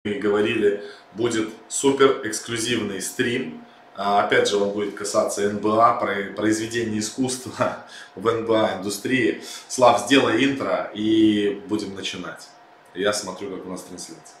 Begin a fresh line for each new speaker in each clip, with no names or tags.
мы говорили, будет супер эксклюзивный стрим. Опять же, он будет касаться НБА, произведения искусства в НБА индустрии. Слав, сделай интро и будем начинать. Я смотрю, как у нас трансляция.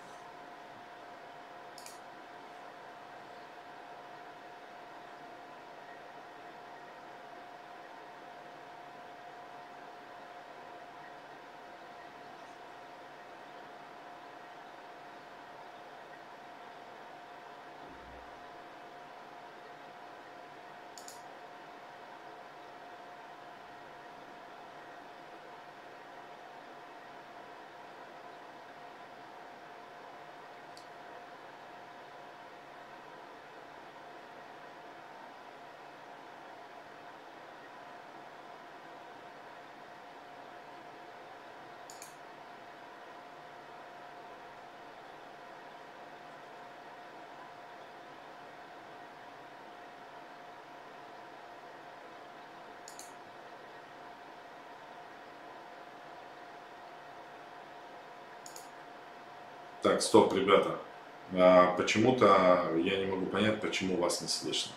Так, стоп, ребята. Почему-то я не могу понять, почему вас не слышно.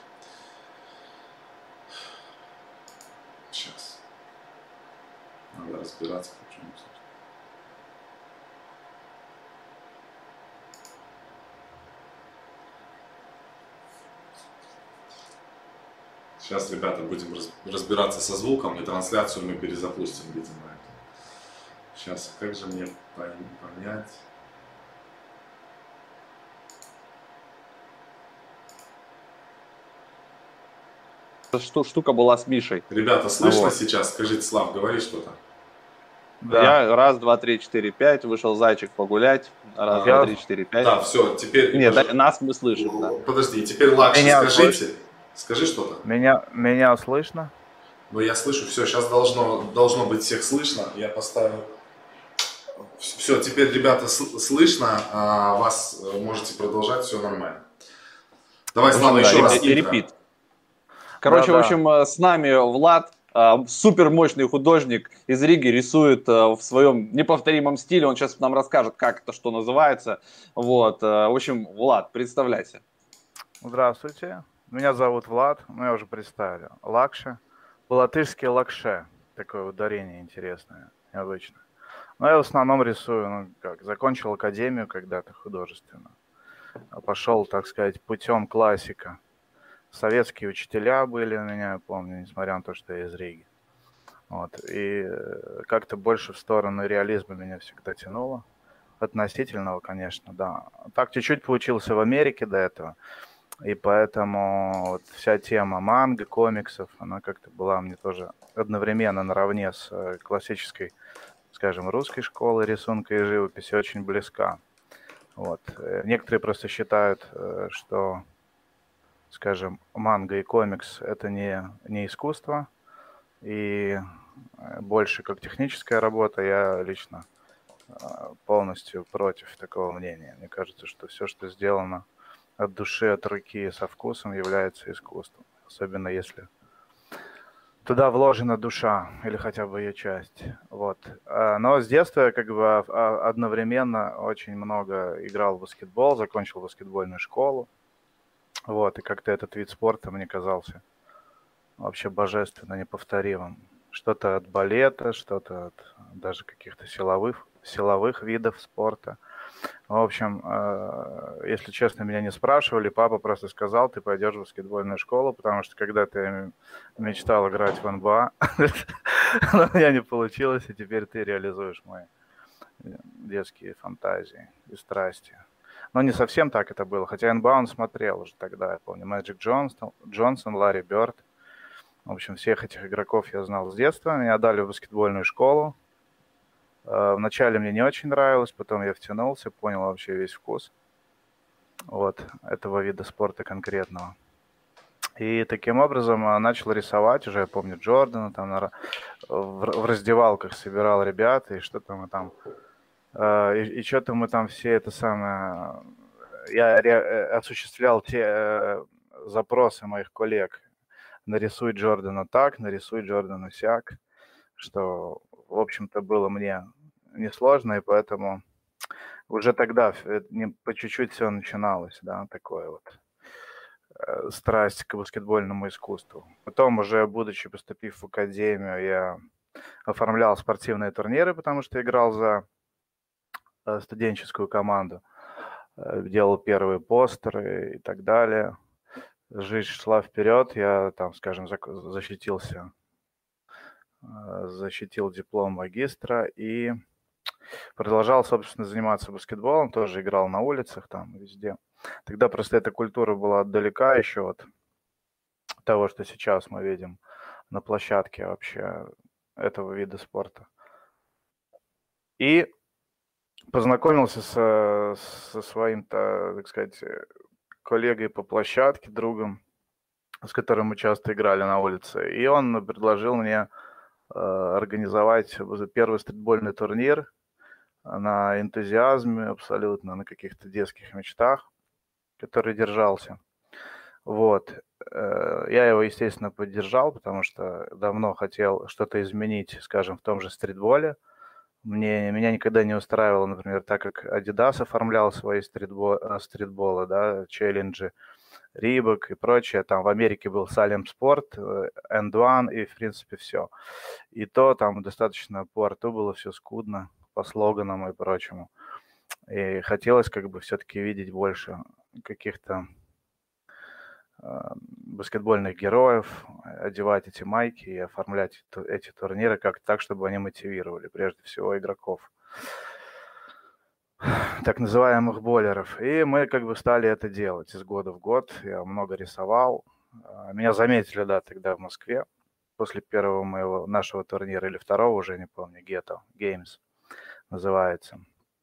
Сейчас. Надо разбираться, почему не слышно. Сейчас, ребята, будем разбираться со звуком, и трансляцию мы перезапустим, видимо. Сейчас, как же мне понять?
Штука была с Мишей.
Ребята, слышно сейчас? Скажите, Слав, говори что-то.
Да. Я раз, два, три, четыре, пять, вышел зайчик погулять. Раз, два, три, четыре, пять.
Да, все, теперь...
Нет, нас мы слышим, да.
Подожди, теперь Лакши, скажите. Скажи что-то.
Меня слышно?
Ну, я слышу, все, сейчас должно быть всех слышно. Я поставил... Все, теперь, ребята, слышно, вас можете продолжать, все нормально. Давай, Слава, еще раз интро.
Короче, в общем, с нами Влад, супер мощный художник из Риги, рисует в своем неповторимом стиле. Он сейчас нам расскажет, как это, что называется. Вот, в общем, Влад, представляйся.
Здравствуйте, меня зовут Влад, я уже представил. Лакша, по-латышски лакше, такое ударение интересное, необычное. Но я в основном рисую, закончил академию когда-то художественно. Пошел, так сказать, путем классика. Советские учителя были у меня, я помню, несмотря на то, что я из Риги. Вот. И как-то больше в сторону реализма меня всегда тянуло. Относительного, конечно, да. Так чуть-чуть получился в Америке до этого. И поэтому вот вся тема манго, комиксов, она как-то была мне тоже одновременно наравне с классической, скажем, русской школой рисунка и живописи очень близка. Вот. Некоторые просто считают, что, скажем, манго и комикс – это не искусство, и больше как техническая работа. Я лично полностью против такого мнения. Мне кажется, что все, что сделано от души, от руки, со вкусом, является искусством. Особенно если туда вложена душа или хотя бы ее часть. Вот. Но с детства я как бы одновременно очень много играл в баскетбол, закончил баскетбольную школу. Вот. И как-то этот вид спорта мне казался вообще божественно неповторимым. Что-то от балета, что-то от даже каких-то силовых видов спорта. В общем, если честно, меня не спрашивали, папа просто сказал, ты пойдешь в баскетбольную школу, потому что когда-то я мечтал играть в НБА, но у меня не получилось, и теперь ты реализуешь мои детские фантазии и страсти. Но не совсем так это было, хотя НБА он смотрел уже тогда, я помню, Мэджик Джонсон, Ларри Бёрд. В общем, всех этих игроков я знал с детства. Меня отдали в баскетбольную школу. Вначале мне не очень нравилось, потом я втянулся, понял вообще весь вкус вот этого вида спорта конкретного. И таким образом начал рисовать, уже я помню Джордана, там в раздевалках собирал ребят, и что-то мы там, и что-то мы там все это самое... Я осуществлял те запросы моих коллег. Нарисуй Джордана так, нарисуй Джордана сяк, что, в общем-то, было мне несложно, и поэтому уже тогда по чуть-чуть все начиналось, да, такое вот страсть к баскетбольному искусству. Потом уже, будучи поступив в академию, я оформлял спортивные турниры, потому что играл за студенческую команду, делал первые постеры и так далее. Жизнь шла вперед, я там, скажем, защитил диплом магистра и продолжал, собственно, заниматься баскетболом, тоже играл на улицах там везде. Тогда просто эта культура была отдалека еще от того, что сейчас мы видим на площадке вообще этого вида спорта. И познакомился со своим, так сказать, коллегой по площадке, другом, с которым мы часто играли на улице. И он предложил мне организовать первый стритбольный турнир на энтузиазме абсолютно, на каких-то детских мечтах, который держался. Вот. Я его, естественно, поддержал, потому что давно хотел что-то изменить, скажем, в том же стритболе. Меня никогда не устраивало, например, так как Adidas оформлял свои стритболы, да, челленджи, Reebok и прочее. Там в Америке был Salem Sport, End One и, в принципе, все. И то там достаточно по арту было все скудно, по слоганам и прочему. И хотелось как бы все-таки видеть больше каких-то баскетбольных героев, одевать эти майки и оформлять эти турниры как-то так, чтобы они мотивировали, прежде всего, игроков, так называемых боллеров. И мы как бы стали это делать из года в год. Я много рисовал. Меня заметили, да, тогда в Москве, после первого нашего турнира, или второго, уже не помню, Ghetto Games называется.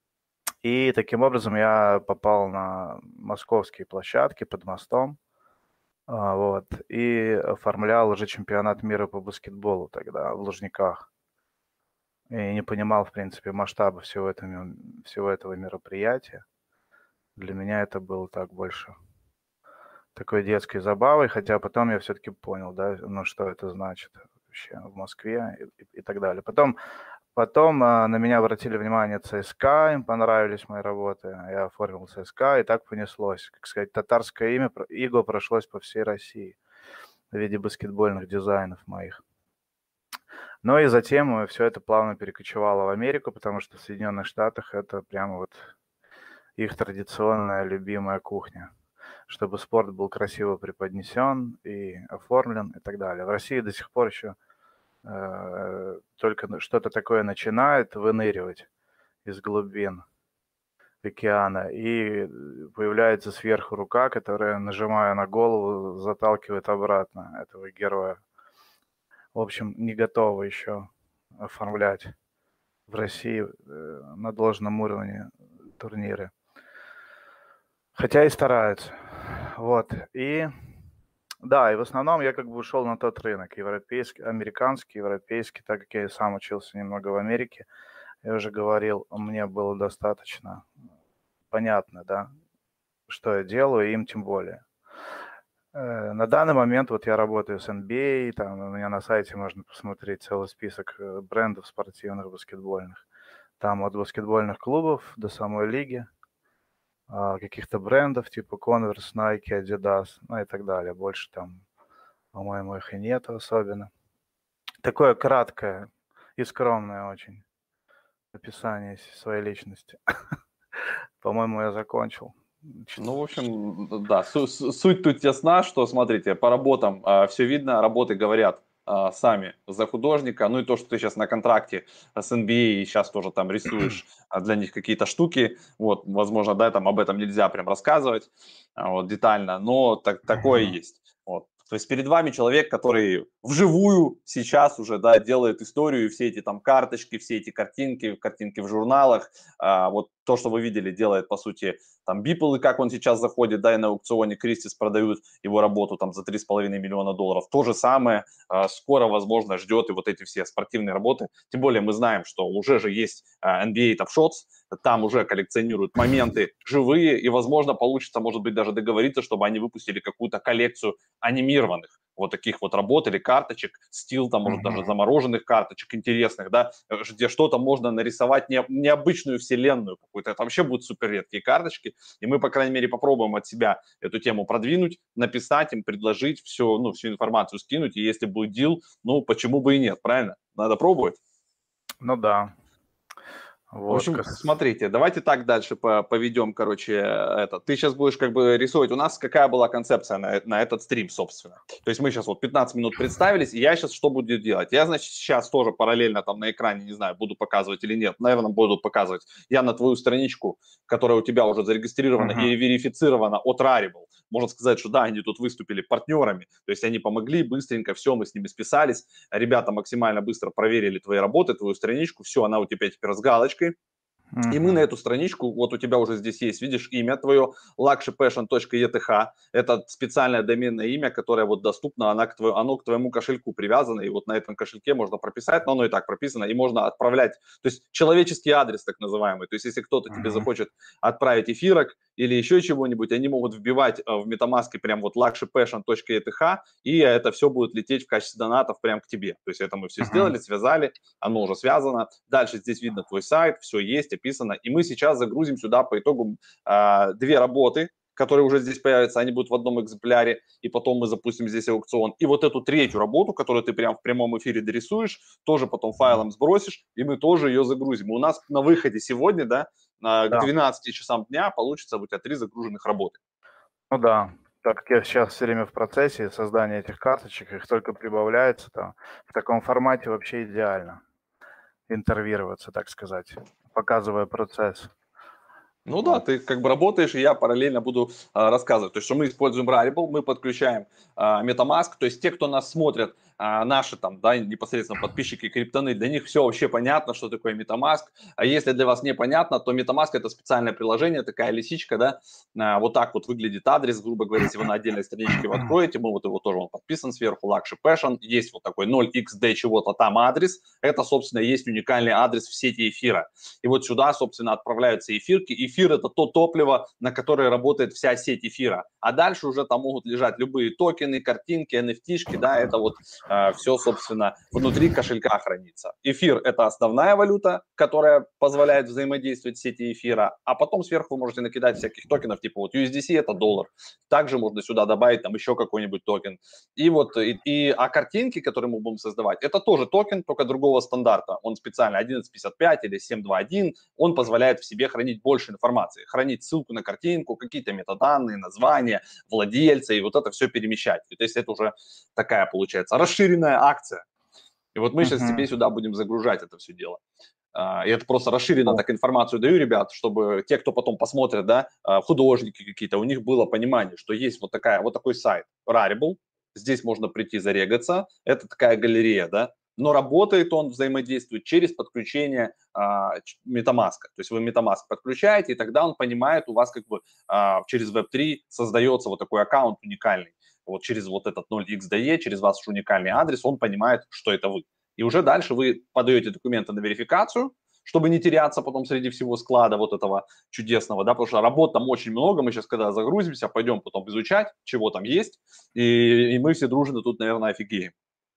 И таким образом я попал на московские площадки под мостом. Вот, и оформлял уже чемпионат мира по баскетболу тогда в Лужниках. И не понимал, в принципе, масштаба всего этого мероприятия. Для меня это было так больше такой детской забавой, хотя потом я все-таки понял, да, ну что это значит вообще в Москве и так далее. Потом на меня обратили внимание ЦСКА, им понравились мои работы, я оформил ЦСКА, и так понеслось. Как сказать, татарское иго прошлось по всей России в виде баскетбольных дизайнов моих. Ну и затем все это плавно перекочевало в Америку, потому что в Соединенных Штатах это прямо вот их традиционная любимая кухня, чтобы спорт был красиво преподнесен и оформлен и так далее. В России до сих пор еще только что-то такое начинает выныривать из глубин океана, и появляется сверху рука, которая, нажимая на голову, заталкивает обратно этого героя. В общем, не готовы еще оформлять в России на должном уровне турниры. Хотя и стараются. Вот. И да, и в основном я как бы ушел на тот рынок, европейский, американский, европейский, так как я и сам учился немного в Америке. Я уже говорил, мне было достаточно понятно, да, что я делаю, и им тем более. На данный момент вот я работаю с NBA, там у меня на сайте можно посмотреть целый список брендов спортивных, баскетбольных. Там от баскетбольных клубов до самой лиги, каких-то брендов типа Converse, Nike, Adidas, ну и так далее. Больше там, по-моему, их и нету особенно. Такое краткое и скромное очень описание своей личности. По-моему, я закончил.
Ну, в общем, да, суть тут ясна, что, смотрите, по работам все видно, работы говорят сами за художника, ну и то, что ты сейчас на контракте с NBA и сейчас тоже там рисуешь для них какие-то штуки, вот, возможно, да, там об этом нельзя прям рассказывать вот, детально, но такое есть, вот. То есть перед вами человек, который вживую сейчас уже, да, делает историю, все эти там карточки, все эти картинки в журналах, вот то, что вы видели, делает, по сути, там Beeple, как он сейчас заходит, да, и на аукционе Кристис продают его работу там за $3,5 миллиона. То же самое скоро, возможно, ждет и вот эти все спортивные работы. Тем более мы знаем, что уже же есть NBA Top Shots, там уже коллекционируют моменты живые, и, возможно, получится, может быть, даже договориться, чтобы они выпустили какую-то коллекцию анимированных вот таких вот работ или карточек, стил, там, может, даже замороженных карточек интересных, да, где что-то можно нарисовать, необычную вселенную какую-то. Это вообще будут супер редкие карточки, и мы, по крайней мере, попробуем от себя эту тему продвинуть, написать им, предложить все, ну, всю информацию скинуть, и если будет дил, ну, почему бы и нет, правильно? Надо пробовать.
Ну да.
В общем, смотрите, давайте так дальше поведем, короче, это. Ты сейчас будешь как бы рисовать. У нас какая была концепция на этот стрим, собственно. То есть мы сейчас вот 15 минут представились, и я сейчас что буду делать? Я, значит, сейчас тоже параллельно там на экране, не знаю, буду показывать или нет, наверное, буду показывать. Я на твою страничку, которая у тебя уже зарегистрирована и верифицирована от Rarible, можно сказать, что да, они тут выступили партнерами, то есть они помогли быстренько, все, мы с ними списались, ребята максимально быстро проверили твои работы, твою страничку, все, она у тебя теперь с галочкой. И мы на эту страничку, вот у тебя уже здесь есть, видишь, имя твое, lakshipassion.eth, это специальное доменное имя, которое вот доступно, оно к твоему кошельку привязано, и вот на этом кошельке можно прописать, но оно и так прописано, и можно отправлять, то есть человеческий адрес так называемый, то есть если кто-то тебе захочет отправить эфирок или еще чего-нибудь, они могут вбивать в MetaMask прям вот lakshipassion.eth, и это все будет лететь в качестве донатов прям к тебе, то есть это мы все сделали, связали, оно уже связано, дальше здесь видно твой сайт, все есть, описано, и мы сейчас загрузим сюда по итогу 2 работы, которые уже здесь появятся, они будут в одном экземпляре, и потом мы запустим здесь аукцион. И вот эту 3-ю работу, которую ты прям в прямом эфире дорисуешь, тоже потом файлом сбросишь, и мы тоже ее загрузим. И у нас на выходе сегодня, да, к 12 часам дня получится у тебя 3 загруженных работы.
Ну да, так как я сейчас все время в процессе создания этих карточек, их только прибавляется, то в таком формате вообще идеально интервироваться, так сказать, показывая процесс.
Ну да, ты как бы работаешь, и я параллельно буду рассказывать. То есть, что мы используем Rarible, мы подключаем MetaMask, то есть те, кто нас смотрят, наши там, да, непосредственно подписчики Криптоны, для них все вообще понятно, что такое MetaMask. А если для вас непонятно, то MetaMask это специальное приложение, такая лисичка, да, вот так вот выглядит адрес, грубо говоря, если вы на отдельной страничке его откроете, мы вот его тоже, он подписан сверху, Lakship Passion, есть вот такой 0xd чего-то там адрес, это, собственно, есть уникальный адрес в сети эфира. И вот сюда, собственно, отправляются эфирки. Эфир это то топливо, на которое работает вся сеть эфира. А дальше уже там могут лежать любые токены, картинки, NFT-шки, да, это вот все, собственно, внутри кошелька хранится. Эфир это основная валюта, которая позволяет взаимодействовать с сетью эфира, а потом сверху вы можете накидать всяких токенов, типа вот USDC это $1. Также можно сюда добавить там еще какой-нибудь токен. И вот, а картинки, которые мы будем создавать, это тоже токен, только другого стандарта. Он специально 1155 или 721, он позволяет в себе хранить больше информации, хранить ссылку на картинку, какие-то метаданные, названия, владельца, и вот это все перемещать. То есть это уже такая получается расширенная акция. И вот мы сейчас тебе сюда будем загружать это все дело. И это просто расширенно так информацию даю, ребят, чтобы те, кто потом посмотрят, да, художники какие-то, у них было понимание, что есть вот такой сайт Rarible, здесь можно прийти зарегаться, это такая галерея, да, но работает он, взаимодействует через подключение MetaMask. То есть вы MetaMask подключаете, и тогда он понимает, у вас как бы через Web3 создается вот такой аккаунт уникальный. Вот через вот этот 0xDE, через ваш уникальный адрес, он понимает, что это вы. И уже дальше вы подаете документы на верификацию, чтобы не теряться потом среди всего склада вот этого чудесного, да, потому что работ там очень много, мы сейчас когда загрузимся, пойдем потом изучать, чего там есть, и мы все дружно тут, наверное, офигеем.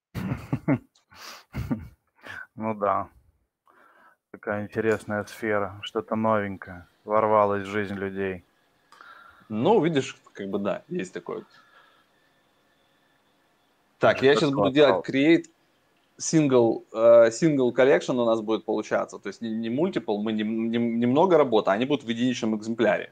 Ну да, такая интересная сфера, что-то новенькое, ворвалось в жизнь людей.
Ну, видишь, как бы да, есть такое. Так, я сейчас буду делать create single collection у нас будет получаться, то есть не multiple, мы немного работы, они будут в единичном экземпляре.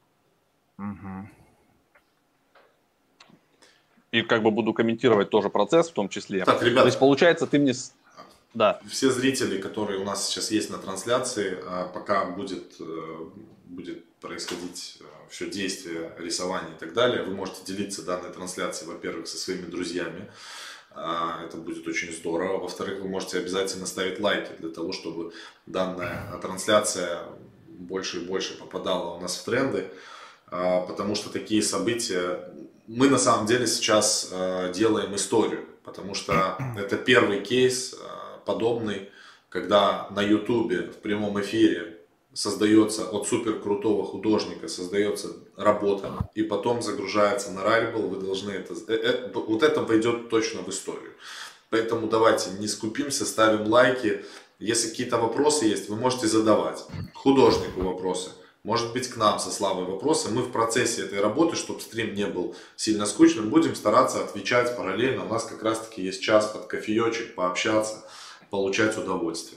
И как бы буду комментировать тоже процесс в том числе.
Так, ребят,
то есть получается ты мне...
Да. Все зрители, которые у нас сейчас есть на трансляции, пока будет происходить все действие, рисование и так далее, вы можете делиться данной трансляцией, во-первых, со своими друзьями. Это будет очень здорово. Во-вторых, вы можете обязательно ставить лайки для того, чтобы данная трансляция больше и больше попадала у нас в тренды. Потому что такие события... Мы на самом деле сейчас делаем историю. Потому что это первый кейс подобный, когда на YouTube в прямом эфире создается от супер крутого художника, создается работа, и потом загружается на Rarible, вы должны вот это войдет точно в историю. Поэтому давайте не скупимся, ставим лайки. Если какие-то вопросы есть, вы можете задавать художнику вопросы. Может быть, к нам со Славой вопросы. Мы в процессе этой работы, чтобы стрим не был сильно скучным, будем стараться отвечать параллельно. У нас как раз-таки есть час под кофеечек, пообщаться, получать удовольствие.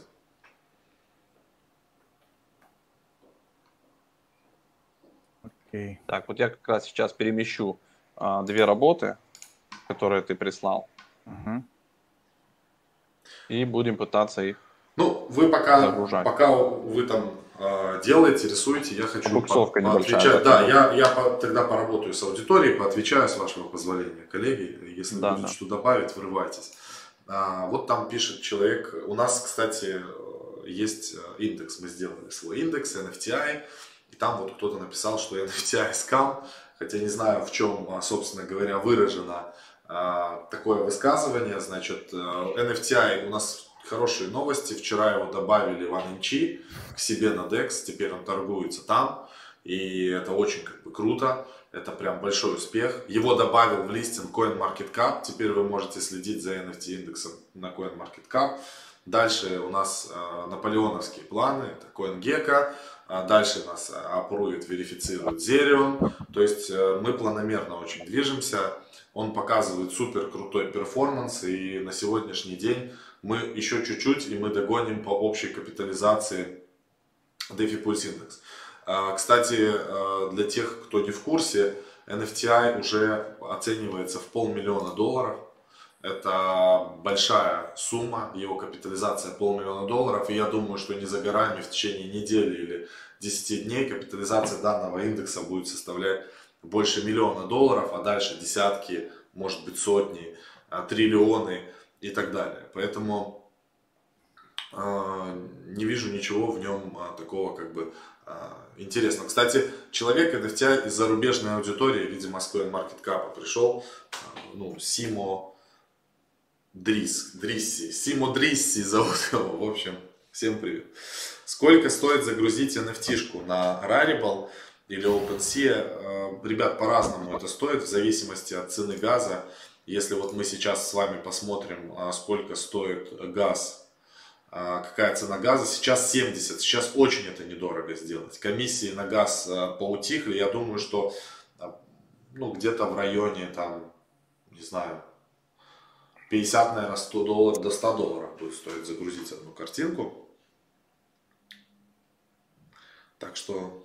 Окей.
Так, вот я как раз сейчас перемещу две работы, которые ты прислал.
Угу.
И будем пытаться их
Вы пока
загружать.
вы там делаете, рисуете, я хочу
поотвечать.
Да, я тогда поработаю с аудиторией, поотвечаю, с вашего позволения, коллеги. Если будет что добавить, врывайтесь. Вот там пишет человек, у нас, кстати, есть индекс, мы сделали свой индекс, NFTI, и там вот кто-то написал, что NFTI скам, хотя не знаю, в чем, собственно говоря, выражено такое высказывание. Значит, NFTI у нас хорошие новости. Вчера его добавили в OneInch к себе на DEX. Теперь он торгуется там. И это очень круто. Это прям большой успех. Его добавил в листинг CoinMarketCap. Теперь вы можете следить за NFT индексом на CoinMarketCap. Дальше у нас наполеоновские планы. Это CoinGecko. Дальше нас аппрует, верифицирует Zerion. То есть мы планомерно очень движемся. Он показывает супер крутой перформанс. И на сегодняшний день мы еще чуть-чуть, и мы догоним по общей капитализации DeFi Pulse Index. Кстати, для тех, кто не в курсе, NFTI уже оценивается в $500 000. Это большая сумма, его капитализация $500 000. И я думаю, что не за горами в течение недели или 10 дней капитализация данного индекса будет составлять больше $1 000 000, а дальше десятки, может быть сотни, триллионы и так далее. Поэтому не вижу ничего в нем такого интересного. Кстати, человек NFT из зарубежной аудитории, видимо, с CoinMarketCap пришел, Симо Дрисси зовут его. В общем, всем привет. Сколько стоит загрузить NFT-шку на Rarible или OpenSea? Ребят, по-разному это стоит, в зависимости от цены газа. Если вот мы сейчас с вами посмотрим, сколько стоит газ, какая цена газа, сейчас 70, сейчас очень это недорого сделать. Комиссии на газ поутихли, я думаю, что где-то в районе, не знаю, 50, наверное, $100 до $100 будет стоить загрузить одну картинку. Так что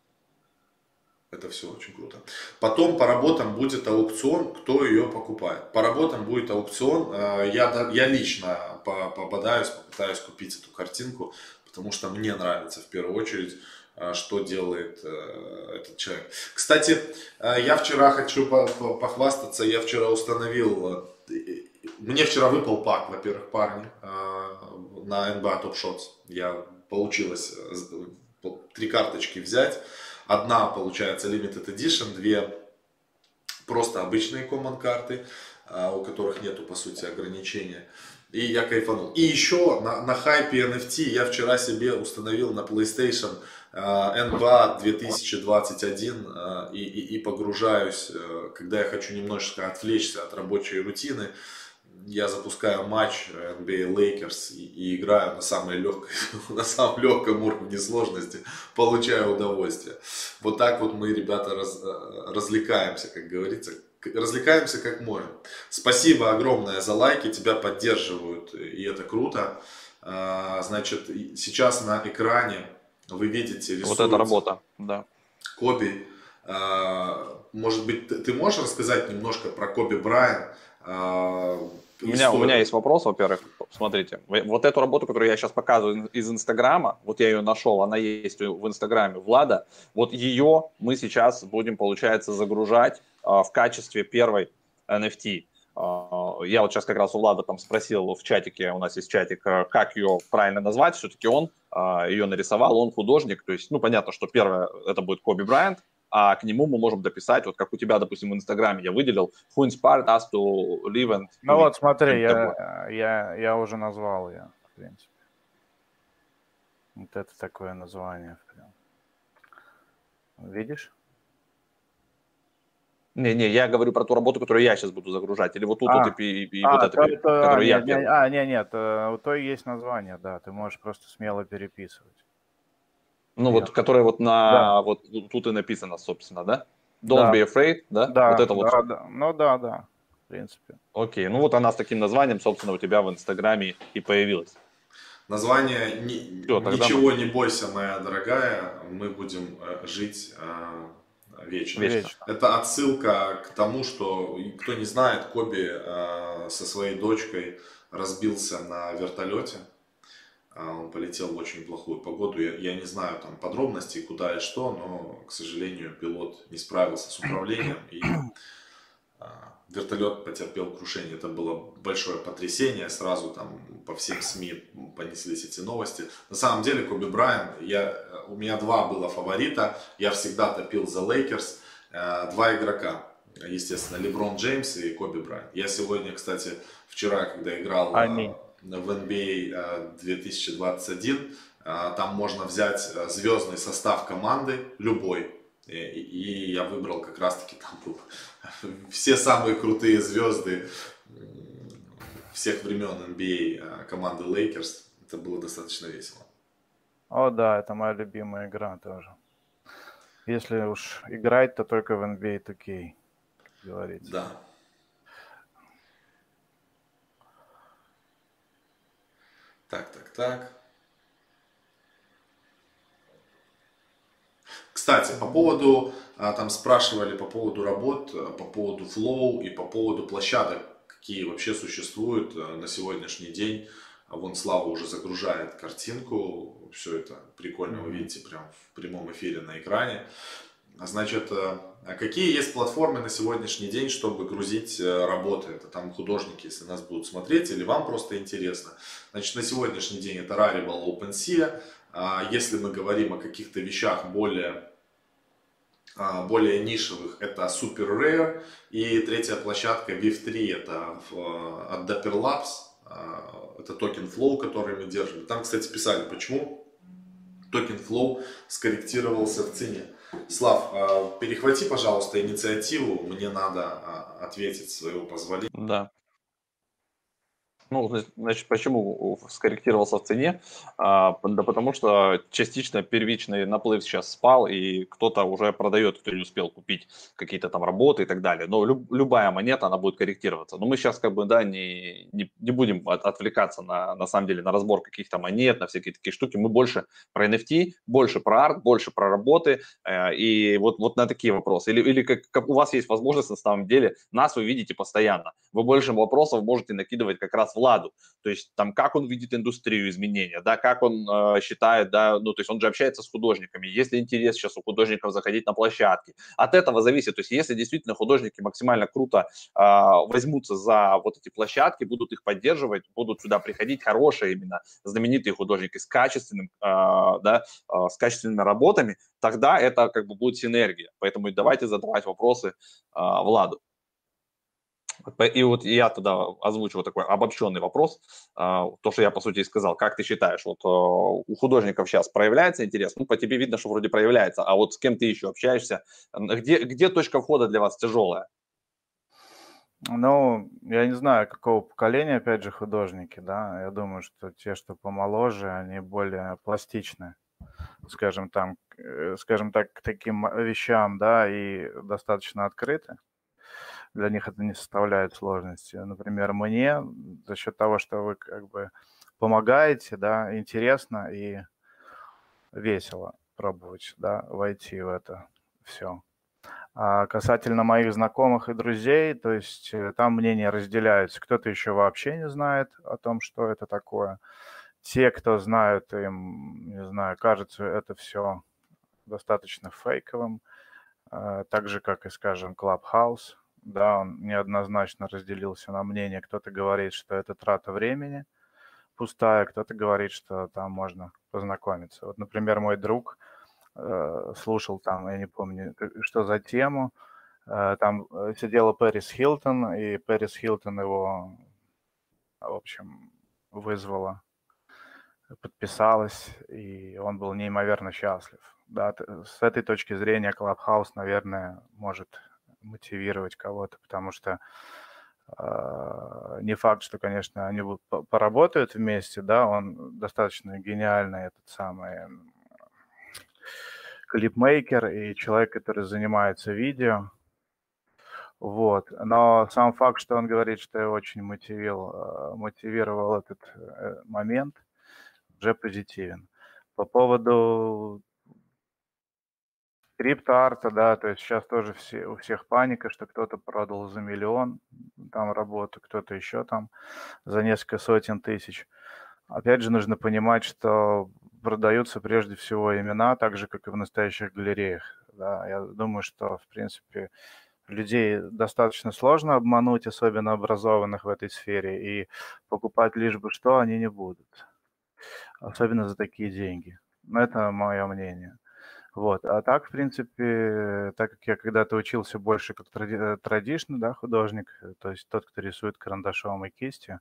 это все очень круто. Потом по работам будет аукцион, кто ее покупает. По работам будет аукцион. Я лично попытаюсь купить эту картинку, потому что мне нравится в первую очередь, что делает этот человек. Кстати, я вчера хочу похвастаться. Я вчера установил... Мне вчера выпал пак, во-первых, парни, на NBA Top Shots. Получилось 3 карточки взять. Одна, получается, Limited Edition, 2 просто обычные common карты, у которых нету, по сути, ограничения. И я кайфанул. И еще на хайпе NFT я вчера себе установил на PlayStation NBA 2021 и погружаюсь, когда я хочу немножечко отвлечься от рабочей рутины. Я запускаю матч NBA Lakers и играю на самом легком уровне сложности, получаю удовольствие. Вот так вот мы, ребята, развлекаемся, как говорится. Развлекаемся как можем. Спасибо огромное за лайки, тебя поддерживают, и это круто. Значит, сейчас на экране вы видите
Вот эта работа, да.
Коби. Может быть, ты можешь рассказать немножко про Коби Брайан?
У меня есть вопрос, во-первых, смотрите, вот эту работу, которую я сейчас показываю из Инстаграма, вот я ее нашел, она есть в Инстаграме Влада, вот ее мы сейчас будем, получается, загружать в качестве первой NFT. Я вот сейчас как раз у Влада там спросил в чатике, у нас есть чатик, как ее правильно назвать, все-таки он ее нарисовал, он художник, то есть, понятно, что первое это будет Коби Брайант, а к нему мы можем дописать, вот как у тебя, допустим, в Инстаграме я выделил, who inspired us to live and...
вот смотри, я уже назвал ее, в принципе. Вот это такое название. Видишь?
Не, я говорю про ту работу, которую я сейчас буду загружать. Или вот тут вот и вот это, которую я первый.
Нет, у той есть название, да, ты можешь просто смело переписывать.
Ну вот, которая вот
Да.
вот тут и написано, собственно, да? Don't
Да,
be afraid, да? Вот
да,
это вот.
да, да. Ну да, в принципе.
Окей, ну вот она с таким названием, собственно, у тебя в Инстаграме и появилась.
Название
Все, тогда
«Ничего не бойся, моя дорогая, мы будем жить вечно».
вечно.
Это отсылка к тому, что, кто не знает, Коби со своей дочкой разбился на вертолете. Он полетел в очень плохую погоду. Я не знаю там подробностей, куда и что, но, к сожалению, пилот не справился с управлением, и вертолет потерпел крушение. Это было большое потрясение. Сразу там по всем СМИ понеслись эти новости. На самом деле, Коби Брайант, у меня два было фаворита. Я всегда топил за Лейкерс. Два игрока. Естественно, Леброн Джеймс и Коби Брайант. Я сегодня, кстати, вчера, когда играл в NBA 2021, там можно взять звездный состав команды, любой. И я выбрал как раз-таки там был все самые крутые звезды всех времен NBA команды Lakers. Это было достаточно весело.
О, да, это моя любимая игра тоже. Если уж играть, то только в NBA 2K, как говорится.
Да. Так. Кстати, по поводу, там спрашивали по поводу работ, по поводу флоу и по поводу площадок, какие вообще существуют на сегодняшний день. Вон Слава уже загружает картинку, все это прикольно, вы видите прям в прямом эфире на экране. Значит, какие есть платформы на сегодняшний день, чтобы грузить работы? Это там художники, если нас будут смотреть, или вам просто интересно. Значит, на сегодняшний день это Rarible, OpenSea. Если мы говорим о каких-то вещах более нишевых, это Super Rare. И третья площадка Viv3, это от Dapper Labs. Это токен Flow, который мы держим. Там, кстати, писали, почему токен Flow скорректировался в цене. Слав, перехвати, пожалуйста, инициативу. Мне надо ответить, с своего позволения.
Да. Ну, значит, почему скорректировался в цене? Да потому что частично первичный наплыв сейчас спал, и кто-то уже продает, кто не успел купить какие-то там работы и так далее. Но любая монета, она будет корректироваться. Но мы сейчас как бы, да, не будем отвлекаться на самом деле на разбор каких-то монет, на всякие такие штуки. Мы больше про NFT, больше про арт, больше про работы, и вот на такие вопросы. Или как у вас есть возможность на самом деле, нас вы видите постоянно. Вы больше вопросов можете накидывать как раз Владу, то есть там как он видит индустрию изменения, да, как он считает, да, ну то есть он же общается с художниками, есть ли интерес сейчас у художников заходить на площадки, от этого зависит, то есть если действительно художники максимально круто возьмутся за вот эти площадки, будут их поддерживать, будут сюда приходить хорошие именно знаменитые художники с качественным, с качественными работами, тогда это как бы будет синергия, поэтому давайте задавать вопросы Владу. И вот я тогда озвучу вот такой обобщенный вопрос, то, что я, по сути, и сказал. Как ты считаешь, вот у художников сейчас проявляется интерес? Ну, по тебе видно, что вроде проявляется, а вот с кем ты еще общаешься? Где точка входа для вас тяжелая?
Ну, я не знаю, какого поколения, опять же, художники, да. Я думаю, что те, что помоложе, они более пластичны, скажем так, к таким вещам, да, и достаточно открыты. Для них это не составляет сложности. Например, мне за счет того, что вы как бы помогаете, да, интересно и весело пробовать, да, войти в это все. А касательно моих знакомых и друзей, то есть там мнения разделяются. Кто-то еще вообще не знает о том, что это такое. Те, кто знают, им, не знаю, кажется это все достаточно фейковым. Так же, как и, скажем, Clubhouse. Да, он неоднозначно разделился на мнение. Кто-то говорит, что это трата времени пустая, кто-то говорит, что там можно познакомиться. Вот, например, мой друг слушал там, я не помню, что за тему. Там сидела Пэрис Хилтон, и Пэрис Хилтон его, в общем, вызвала подписалось, и он был неимоверно счастлив. Да, с этой точки зрения Clubhouse, наверное, может мотивировать кого-то, потому что не факт, что, конечно, они поработают вместе, да, он достаточно гениальный, этот самый клипмейкер и человек, который занимается видео, вот. Но сам факт, что он говорит, что его очень мотивировал этот момент, уже позитивен. По поводу крипто-арта, да, то есть сейчас тоже у всех паника, что кто-то продал за 1 миллион там работу, кто-то еще там за несколько сотен тысяч. Опять же, нужно понимать, что продаются прежде всего имена, так же, как и в настоящих галереях. Да. Я думаю, что, в принципе, людей достаточно сложно обмануть, особенно образованных в этой сфере, и покупать лишь бы что они не будут, особенно за такие деньги. Но это мое мнение. Вот. А так, в принципе, так как я когда-то учился больше как традишный, да, художник, то есть тот, кто рисует карандашом и кистью,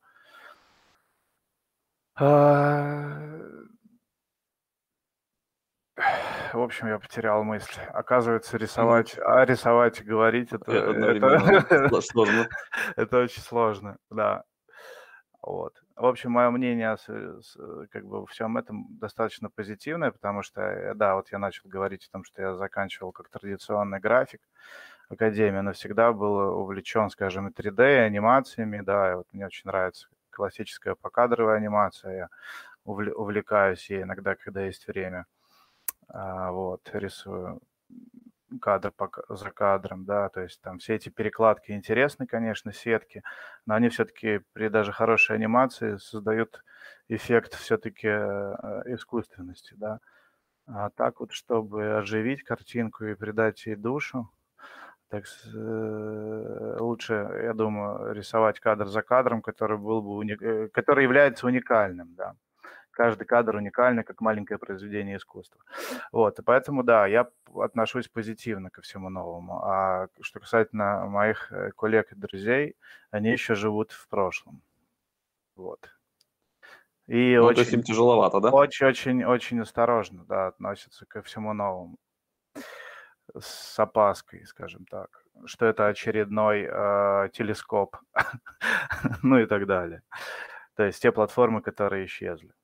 в общем, я потерял мысль. Оказывается, рисовать и говорить
одновременно сложно.
это очень сложно, да. Вот. В общем, мое мнение как бы во всем этом достаточно позитивное, потому что, да, вот я начал говорить о том, что я заканчивал как традиционный график в академии, но всегда был увлечен, скажем, и 3D, и анимациями, да, и вот мне очень нравится классическая покадровая анимация, я увлекаюсь ей иногда, когда есть время. Вот, рисую кадр за кадром, да, то есть там все эти перекладки интересны, конечно, сетки, но они все-таки при даже хорошей анимации создают эффект все-таки искусственности, да. А так вот, чтобы оживить картинку и придать ей душу, так лучше, я думаю, рисовать кадр за кадром, который который является уникальным, да. Каждый кадр уникальный, как маленькое произведение искусства. Вот, и поэтому, да, я отношусь позитивно ко всему новому. А что касательно моих коллег и друзей, они еще живут в прошлом. Вот. И
то есть им тяжеловато, да?
очень осторожно, да, относятся ко всему новому. С опаской, скажем так, что это очередной телескоп, ну и так далее. То есть те платформы, которые исчезли.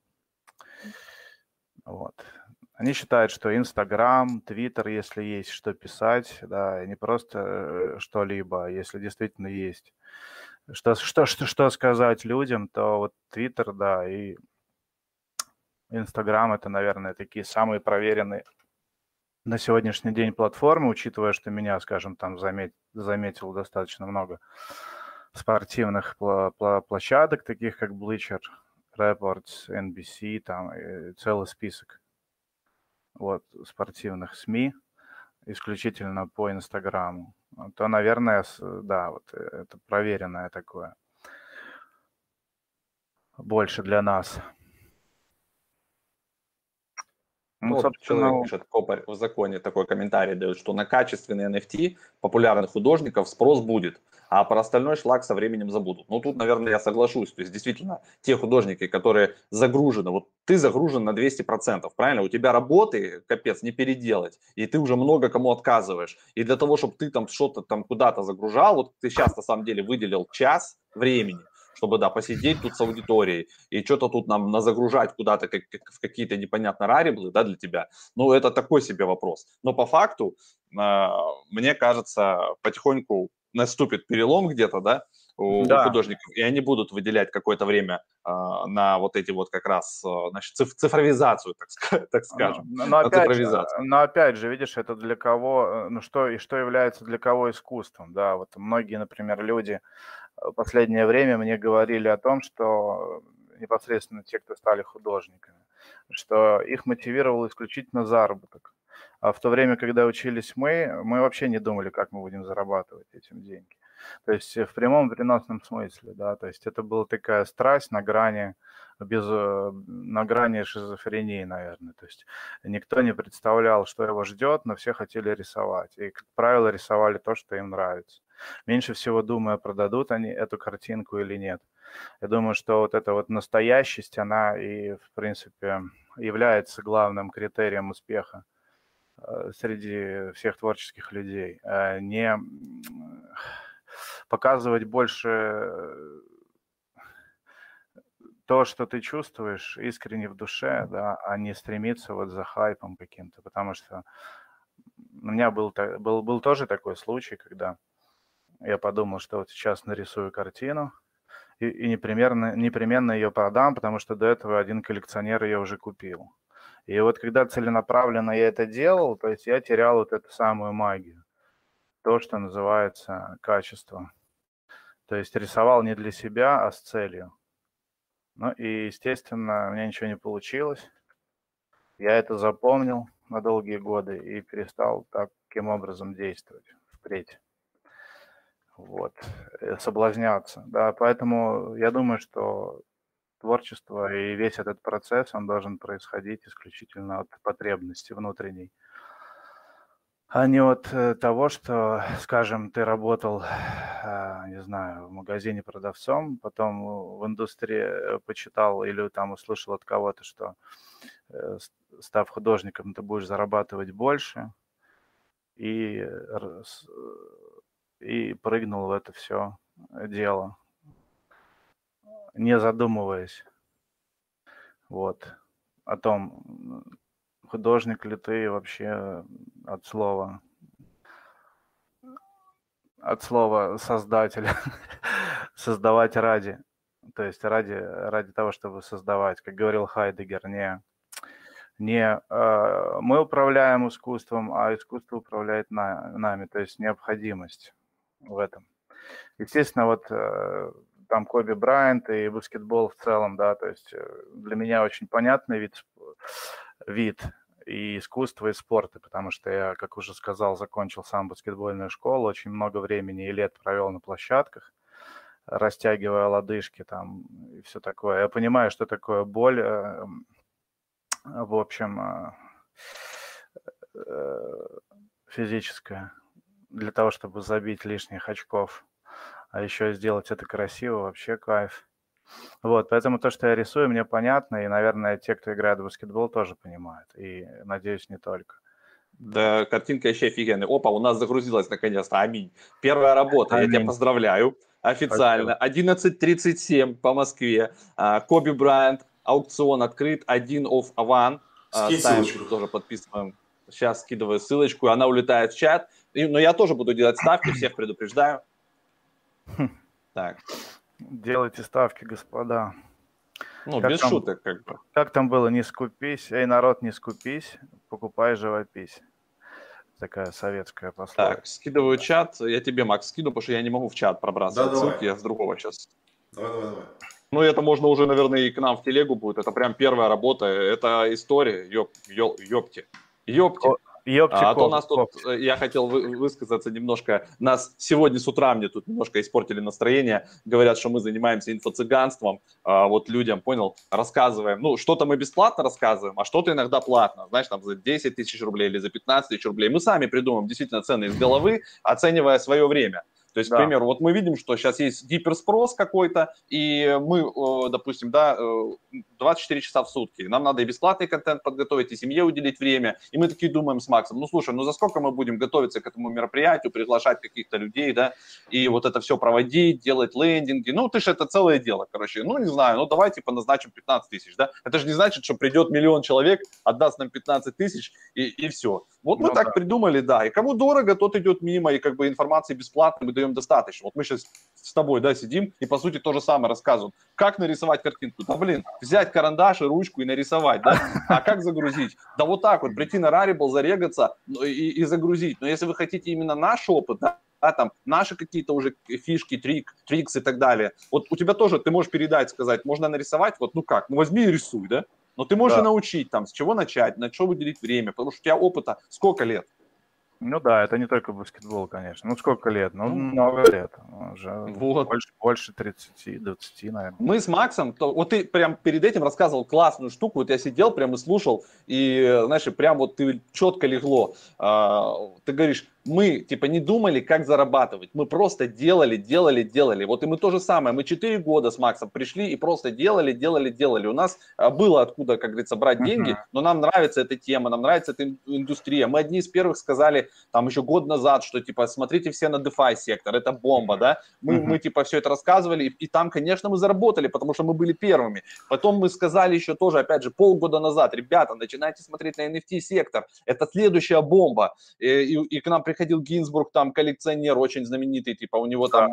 Вот. Они считают, что Инстаграм, Твиттер, если есть что писать, да, не просто что-либо, а если действительно есть что сказать людям, то вот Твиттер, да, и Инстаграм — это, наверное, такие самые проверенные на сегодняшний день платформы, учитывая, что меня, скажем, там заметил достаточно много спортивных площадок, таких как Bleacher Reports, NBC, там и целый список вот, спортивных СМИ, исключительно по Инстаграму, то, наверное, да, вот это проверенное такое. Больше для нас.
Ну, вот человек пишет, Копарь в законе такой комментарий дает, что на качественные NFT популярных художников спрос будет, а про остальной шлак со временем забудут. Ну, тут, наверное, я соглашусь. То есть, действительно, те художники, которые загружены, вот ты загружен на 200%, правильно? У тебя работы, капец, не переделать, и ты уже много кому отказываешь. И для того, чтобы ты там что-то там куда-то загружал, вот ты сейчас, на самом деле, выделил час времени, чтобы, да, посидеть тут с аудиторией и что-то тут нам назагружать куда-то в какие-то непонятно рариблы, да, для тебя. Ну, это такой себе вопрос. Но по факту, мне кажется, потихоньку наступит перелом где-то, да, у художников, и они будут выделять какое-то время на вот эти вот как раз, значит, цифровизацию, так скажем.
Но опять же, видишь, это для кого, ну что является для кого искусством, да, вот многие, например, люди в последнее время мне говорили о том, что непосредственно те, кто стали художниками, что их мотивировал исключительно заработок. А в то время, когда учились мы вообще не думали, как мы будем зарабатывать этим деньги. То есть в прямом переносном смысле, да, то есть это была такая страсть на грани шизофрении, наверное. То есть никто не представлял, что его ждет, но все хотели рисовать. И, как правило, рисовали то, что им нравится. Меньше всего думая, продадут они эту картинку или нет. Я думаю, что вот эта вот настоящесть, она и, в принципе, является главным критерием успеха среди всех творческих людей. Не показывать больше то, что ты чувствуешь искренне в душе, да, а не стремиться вот за хайпом каким-то, потому что у меня был тоже такой случай, когда я подумал, что вот сейчас нарисую картину и непременно ее продам, потому что до этого один коллекционер ее уже купил. И вот когда целенаправленно я это делал, то есть я терял вот эту самую магию, то, что называется качество. То есть рисовал не для себя, а с целью. Ну и, естественно, у меня ничего не получилось. Я это запомнил на долгие годы и перестал таким образом действовать впредь. Вот. Соблазняться. Да, поэтому я думаю, что творчество и весь этот процесс, он должен происходить исключительно от потребности внутренней, а не от того, что, скажем, ты работал, не знаю, в магазине продавцом, потом в индустрии почитал или там услышал от кого-то, что став художником, ты будешь зарабатывать больше, и прыгнул в это все дело, не задумываясь вот о том, художник ли ты вообще от слова создатель, создавать ради, то есть ради того, чтобы создавать, как говорил Хайдеггер, не мы управляем искусством, а искусство управляет нами, то есть необходимость в этом. Естественно, вот там Коби Брайант и баскетбол в целом, да, то есть для меня очень понятный вид и искусства, и спорта, потому что я, как уже сказал, закончил сам баскетбольную школу, очень много времени и лет провел на площадках, растягивая лодыжки там и все такое. Я понимаю, что такое боль, в общем, физическая, для того, чтобы забить лишних очков, а еще сделать это красиво, вообще кайф. Вот, поэтому то, что я рисую, мне понятно, и, наверное, те, кто играет в баскетбол, тоже понимают, и, надеюсь, не только.
Да, картинка вообще офигенная. Опа, у нас загрузилась наконец-то, аминь. Первая работа,
Аминь.
я тебя поздравляю, официально. 11:37 по Москве. Коби Брайант, аукцион открыт, 1 of one. Ставим, тоже подписываем. Сейчас скидываю ссылочку, она улетает в чат. Но я тоже буду делать ставки, всех предупреждаю. Так.
Делайте ставки, господа.
Ну, без шуток, как бы.
Как там было, не скупись, эй, народ, не скупись, покупай живопись. Такая советская пословица.
Так, скидываю чат, я тебе, Макс, скину, потому что я не могу в чат пробрасывать ссылки, я с другого сейчас.
Давай.
Ну, это можно уже, наверное, и к нам в телегу будет, это прям первая работа, это история, ёпти. А то нас тут, я хотел высказаться немножко, нас сегодня с утра мне тут немножко испортили настроение, говорят, что мы занимаемся инфо-цыганством, вот людям, понял, рассказываем, ну, что-то мы бесплатно рассказываем, а что-то иногда платно, знаешь, там за 10 тысяч рублей или за 15 тысяч рублей, мы сами придумываем действительно цены из головы, оценивая свое время. То есть, к примеру, вот мы видим, что сейчас есть гиперспрос какой-то, и мы, допустим, да, 24 часа в сутки. Нам надо и бесплатный контент подготовить, и семье уделить время. И мы такие думаем с Максом, ну, слушай, ну за сколько мы будем готовиться к этому мероприятию, приглашать каких-то людей, да, и вот это все проводить, делать лендинги. Ну, ты же это целое дело, короче. Ну, не знаю, ну, давай, типа, назначим 15 тысяч, да. Это же не значит, что придет 1 миллион человек, отдаст нам 15 тысяч, и все. Вот мы так придумали, да. И кому дорого, тот идет мимо, и как бы информации бесплатно мы даем достаточно. Вот мы сейчас с тобой, да, сидим и, по сути, то же самое рассказываем. Как нарисовать картинку? Да, блин, взять карандаш и ручку и нарисовать, да? А как загрузить? Да вот так вот, прийти на Rarible, зарегаться и загрузить. Но если вы хотите именно наш опыт, да, там, наши какие-то уже фишки, трикс и так далее. Вот у тебя тоже, ты можешь передать, сказать, можно нарисовать, вот, ну как, ну возьми и рисуй, да? Но ты можешь и научить, там, с чего начать, на что выделить время, потому что у тебя опыта сколько лет?
Ну да, это не только баскетбол, конечно. Ну сколько лет? Ну, много лет. Уже вот. Больше 30-20, наверное.
Мы с Максом, вот ты прям перед этим рассказывал классную штуку, вот я сидел прям и слушал, и, знаешь, прям вот ты четко легло. Ты говоришь, мы, типа, не думали, как зарабатывать. Мы просто делали. Вот и мы то же самое. Мы 4 года с Максом пришли и просто делали. У нас было откуда, как говорится, брать деньги, но нам нравится эта тема, нам нравится эта индустрия. Мы одни из первых сказали, там, еще год назад, что, типа, смотрите все на DeFi сектор, это бомба, да. Мы типа, все это рассказывали, и там, конечно, мы заработали, потому что мы были первыми. Потом мы сказали еще тоже, опять же, полгода назад, ребята, начинайте смотреть на NFT сектор, это следующая бомба. И к нам приходил Гинзбург, там, коллекционер очень знаменитый, типа, у него там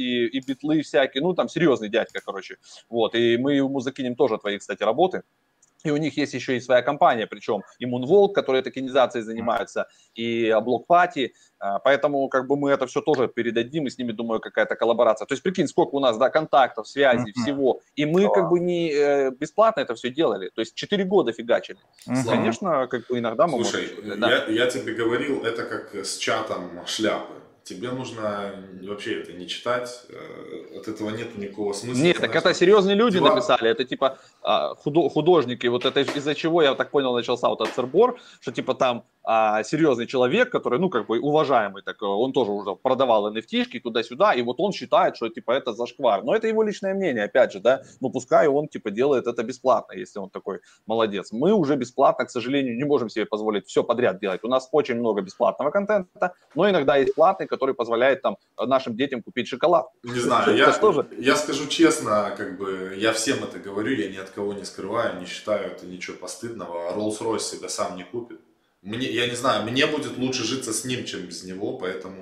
и битлы всякие, ну, там, серьезный дядька, короче. Вот, и мы ему закинем тоже твои, кстати, работы. И у них есть еще и своя компания, причем и Moonwalk, которые токенизацией занимаются, и BlockParty. Поэтому как бы мы это все тоже передадим, и с ними, думаю, какая-то коллаборация. То есть прикинь, сколько у нас, да, контактов, связей, всего. И мы как бы не бесплатно это все делали. То есть 4 года фигачили. Конечно, как бы иногда мы
Слушай, я тебе говорил, это как с чатом шляпы. Тебе нужно вообще это не читать, от этого нет никакого смысла.
Нет, так это серьезные люди написали, это типа художники, вот это из-за чего, я так понял, начался вот этот сырбор, что типа там серьезный человек, который, ну, как бы уважаемый, так, он тоже уже продавал NFT-шки туда-сюда, и вот он считает, что типа это зашквар. Но это его личное мнение, опять же, да, ну, пускай он типа делает это бесплатно, если он такой молодец. Мы уже бесплатно, к сожалению, не можем себе позволить все подряд делать. У нас очень много бесплатного контента, но иногда есть платный, который позволяет там нашим детям купить шоколад.
Не знаю, я скажу честно, как бы я всем это говорю, я ни от кого не скрываю, не считаю это ничего постыдного. Rolls-Royce себя сам не купит. Я не знаю, мне будет лучше житься с ним, чем без него, поэтому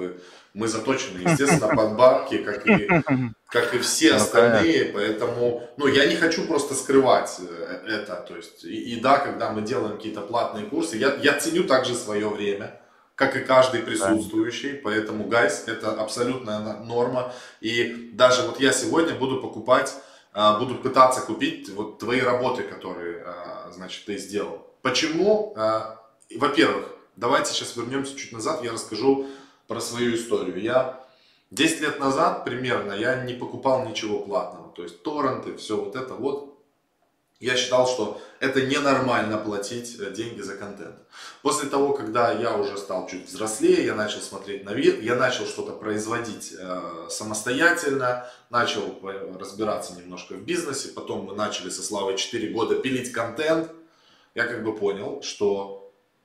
мы заточены, естественно, под бабки, как и все остальные, поэтому, ну, я не хочу просто скрывать это, то есть, и да, когда мы делаем какие-то платные курсы, я ценю также свое время, как и каждый присутствующий, поэтому, гайс, это абсолютная норма, и даже вот я сегодня буду пытаться купить вот твои работы, которые, значит, ты сделал. Почему? Во-первых, давайте сейчас вернемся чуть назад, я расскажу про свою историю. 10 лет назад примерно я не покупал ничего платного, то есть торренты, все вот это вот. Я считал, что это ненормально платить деньги за контент. После того, когда я уже стал чуть взрослее, я начал смотреть на мир, я начал что-то производить самостоятельно, начал разбираться немножко в бизнесе, потом мы начали со Славой 4 года пилить контент. Я как бы понял, что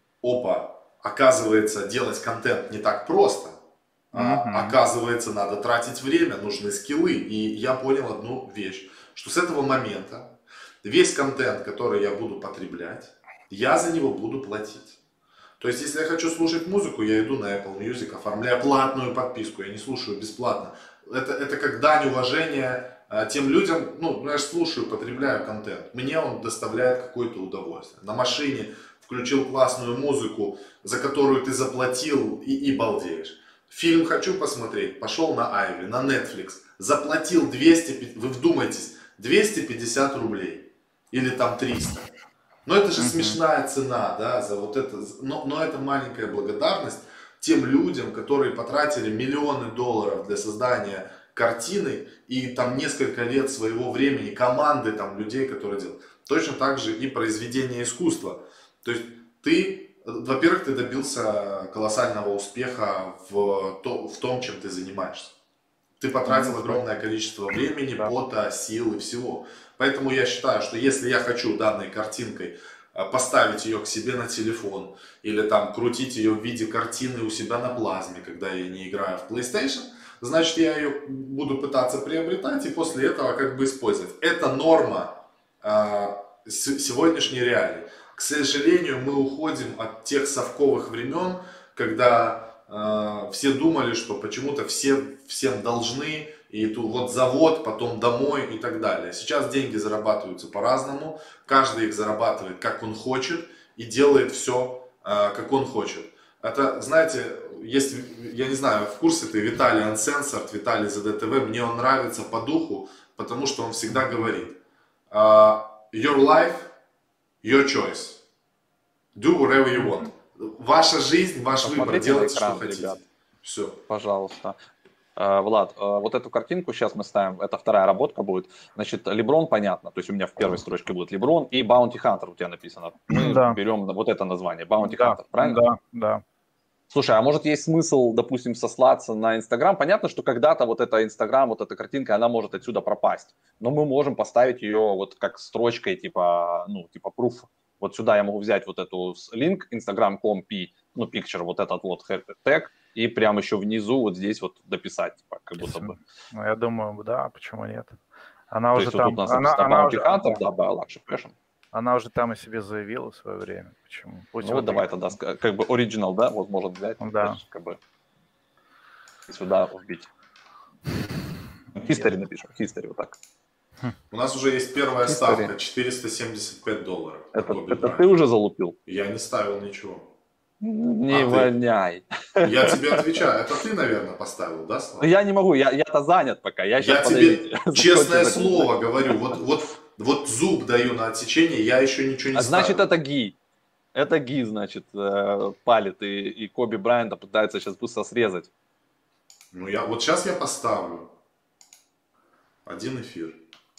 оказывается, делать контент не так просто. Оказывается, надо тратить время, нужны скиллы. И я понял одну вещь, что с этого момента весь контент, который я буду потреблять, я за него буду платить. То есть, если я хочу слушать музыку, я иду на Apple Music, оформляю платную подписку, я не слушаю бесплатно. Это как дань уважения тем людям, ну, я же слушаю, потребляю контент. Мне он доставляет какое-то удовольствие. На машине включил классную музыку, за которую ты заплатил и балдеешь. Фильм хочу посмотреть, пошел на Айви, на Netflix, заплатил 200, вы вдумайтесь, 250 рублей или там 300. Но это же смешная цена, да, за вот это, но это маленькая благодарность тем людям, которые потратили миллионы долларов для создания картины и там несколько лет своего времени, команды там людей, которые делают. Точно так же и произведение искусства. То есть во-первых, ты добился колоссального успеха в том, чем ты занимаешься. Ты потратил огромное количество времени, пота, сил и всего. Поэтому я считаю, что если я хочу данной картинкой поставить ее к себе на телефон или там крутить ее в виде картины у себя на плазме, когда я не играю в PlayStation, значит, я ее буду пытаться приобретать и после этого как бы использовать. Это норма сегодняшней реалии. К сожалению, мы уходим от тех совковых времен, когда все думали, что почему-то всем должны, и тут вот завод, потом домой и так далее. Сейчас деньги зарабатываются по-разному, каждый их зарабатывает как он хочет и делает все как он хочет. Это, знаете, есть, я не знаю, в курсе ты Виталий Uncensored, Виталий ЗДТВ, мне он нравится по духу, потому что он всегда говорит: your life, your choice. Do whatever you want. Ваша жизнь, ваш выбор, делайте, что хотите. Ребят.
Все. Пожалуйста. Влад, вот эту картинку сейчас мы ставим, это вторая работка будет. Значит, Леброн, понятно, то есть у меня в первой строчке будет Леброн и Bounty Hunter у тебя написано. Мы берем вот это название, Bounty Hunter, правильно?
Да.
Слушай, а может есть смысл, допустим, сослаться на Инстаграм? Понятно, что когда-то вот эта Инстаграм, вот эта картинка, она может отсюда пропасть. Но мы можем поставить ее вот как строчкой, типа, ну, типа proof. Вот сюда я могу взять вот эту link instagram.com.p, ну, picture, вот этот вот тег, и прямо еще внизу вот здесь вот дописать, типа, как будто бы.
Ну, я думаю, да, почему нет? Она
То
уже
есть вот
там,
тут у нас
она,
написано
она
Bounty
уже,
Hunter, да, by Luxury Fashion.
она уже там и себе заявила в свое время. Почему? Пусть
Ну вот
вот
давай тогда, как бы оригинал, да, вот может взять,
да.
как бы и сюда вбить. History напишем, history вот так.
У нас уже есть первая
History.
ставка, $475.
Это ты уже залупил?
Я не ставил ничего.
Не
А ты?
воняй.
Я тебе отвечаю, это ты, наверное, поставил, да, Слава?
Ну я не могу, я-то занят пока. Я
Я
сейчас,
тебе
подождите,
честное
закончу
слово говорю, вот зуб даю на отсечение, я еще ничего не
А значит,
ставил.
это Ги. Это Ги, значит, палит, и Коби Брайанта пытается сейчас быстро срезать.
Ну, вот сейчас я поставлю. Один эфир.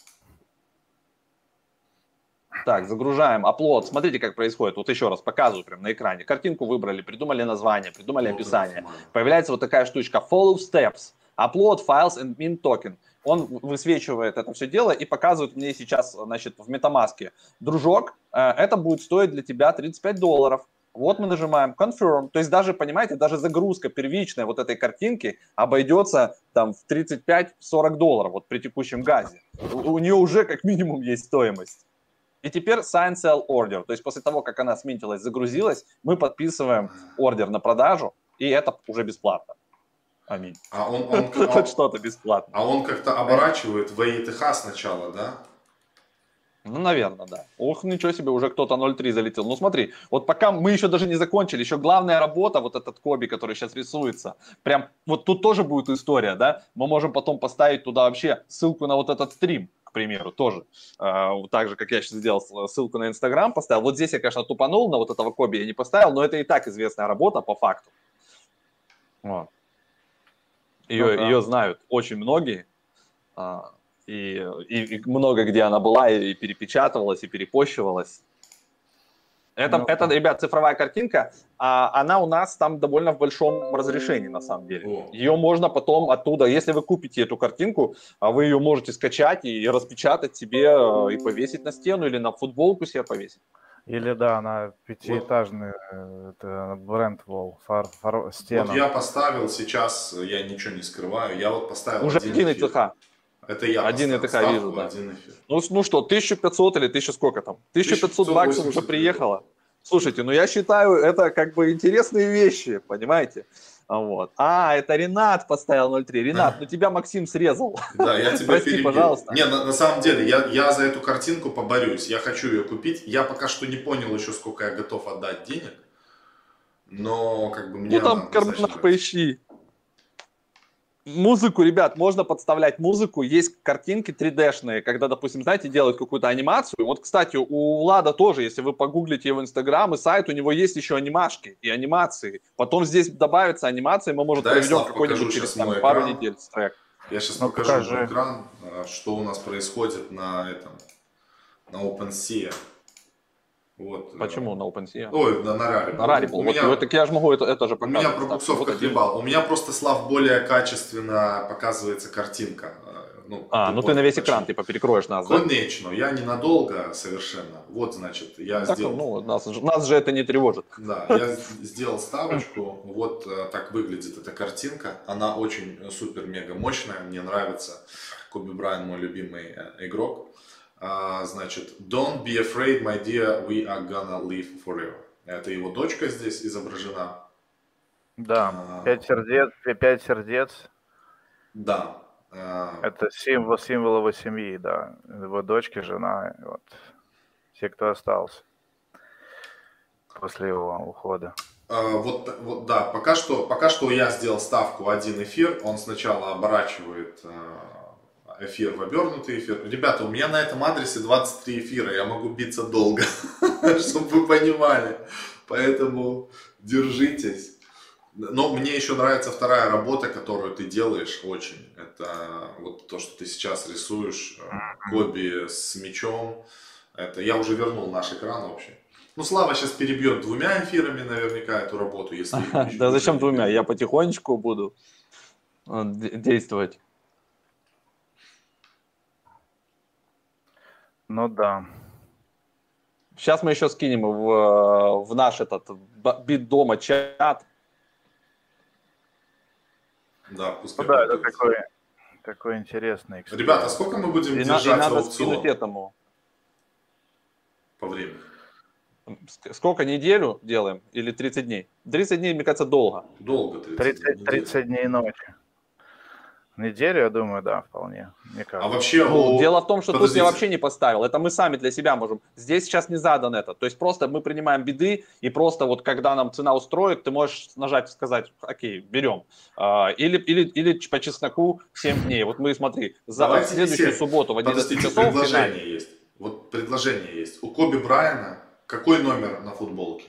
Так, загружаем. Upload. Смотрите, как происходит. Вот еще раз показываю прямо на экране. Картинку выбрали, придумали название, придумали описание. Появляется вот такая штучка. Follow steps. Upload files and mint token. Он высвечивает это все дело и показывает мне сейчас, значит, в MetaMask. Дружок, это будет стоить для тебя $35. Вот мы нажимаем Confirm. То есть даже, понимаете, даже загрузка первичная вот этой картинки обойдется там в $35-40 вот при текущем газе. У нее уже как минимум есть стоимость. И теперь sign sell order. То есть после того, как она сминтилась, загрузилась, мы подписываем ордер на продажу, и это уже бесплатно. Аминь. Хоть что-то бесплатно.
А он как-то оборачивает в ETH сначала, да?
Ну, наверное, да. Ох, ничего себе, уже кто-то 0.3 залетел. Ну, смотри, вот пока мы еще даже не закончили, еще главная работа, вот этот Коби, который сейчас рисуется, прям вот тут тоже будет история, да? Мы можем потом поставить туда вообще ссылку на вот этот стрим, к примеру, тоже. Так же, как я сейчас сделал ссылку на Инстаграм, поставил. Вот здесь я, конечно, тупанул, на вот этого Коби я не поставил, но это и так известная работа по факту. Вот. Ее знают очень многие. И много где она была, и перепечатывалась, и перепощивалась. Это, ребят, цифровая картинка, она у нас там довольно в большом разрешении, на самом деле. Ее можно потом оттуда, если вы купите эту картинку, вы ее можете скачать и распечатать себе, и повесить на стену, или на футболку себе повесить.
Или, да, на пятиэтажный бренд wall, стену.
Вот я поставил сейчас, я ничего не скрываю, я вот поставил
уже один ETH.
Это я
один ETH вижу, да.
Один эфир.
Ну что, 1500 или 1000 сколько там? 1500 баксов уже приехало. Слушайте, ну я считаю, это как бы интересные вещи, понимаете? Вот. Это Ренат поставил 0.3. Ренат, ну тебя Максим срезал.
Да, я тебя
Прости,
перебил.
пожалуйста.
Не, на самом деле, я за эту картинку поборюсь. Я хочу ее купить. Я пока что не понял еще, сколько я готов отдать денег. Но как бы мне...
Ну там карманах поищи. Музыку, ребят, можно подставлять музыку. Есть картинки 3D-шные, когда, допустим, знаете, делают какую-то анимацию. Вот, кстати, у Влада тоже, если вы погуглите его Инстаграм и сайт, у него есть еще анимашки и анимации. Потом здесь добавится анимация, и мы, может, проведем какой-нибудь через пару недель трек.
Я сейчас покажу экран, что у нас происходит на OpenSea. Вот.
Почему на OpenSea?
Ой, на Rarible.
На Rarible. Вот, так я же могу это же показать.
У меня пробуксовка хлебал. У меня просто, Слав, более качественно показывается картинка.
Ну ты на весь экран типа перекроешь нас, да?
Конечно, я ненадолго совершенно. Вот, значит, я сделал...
Ну, нас же это не тревожит.
Да, я сделал ставочку. Вот так выглядит эта картинка. Она очень супер-мега мощная. Мне нравится. Коби Брайант мой любимый игрок. Значит, don't be afraid, my dear, we are gonna live forever. Это его дочка здесь изображена.
Да, 5 сердец.
Да.
Это символ его семьи, да. Его дочки, жена, вот. Те, кто остался после его ухода.
Вот да, пока что я сделал ставку один эфир. Он сначала оборачивает эфир в обернутый эфир. Ребята, у меня на этом адресе 23 эфира, я могу биться долго, чтобы вы понимали. Поэтому держитесь. Но мне еще нравится вторая работа, которую ты делаешь очень. Это вот то, что ты сейчас рисуешь, Коби с мячом. Это я уже вернул наш экран общий. Ну, Слава сейчас перебьет 2 эфирами наверняка эту работу, если...
Да зачем 2? Я потихонечку буду действовать.
Ну да.
Сейчас мы еще скинем в наш этот бит дома чат.
Да, пускай.
Ну да, это такой интересный эксперимент.
Ребята, сколько мы будем держать
и надо
аукцион
скинуть этому.
По времени?
Сколько, неделю делаем или 30 дней? 30 дней, мне кажется, долго.
Долго
30 дней ночи. Неделю, я думаю, да, вполне. Мне кажется.
А вообще...
Дело в том, что тут я вообще не поставил. Это мы сами для себя можем. Здесь сейчас не задан это. То есть просто мы принимаем биды, и просто вот когда нам цена устроит, ты можешь нажать и сказать, окей, берем. Или по чесноку 7 дней. Вот мы, смотри, в следующую субботу в 11 часов...
предложение есть. Вот предложение есть. У Коби Брайана какой номер на футболке?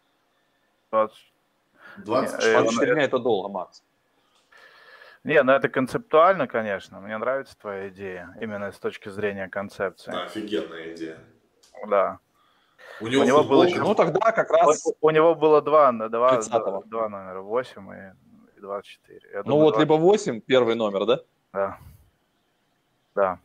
24 дня это долго, Макс.
Не, ну это концептуально, конечно. Мне нравится твоя идея, именно с точки зрения концепции.
Да, офигенная идея.
Да.
У него было...
Ну тогда как раз...
У него было два номера, 8 и 24. Я думаю,
вот 20... либо 8, первый номер, да?
Да. Да.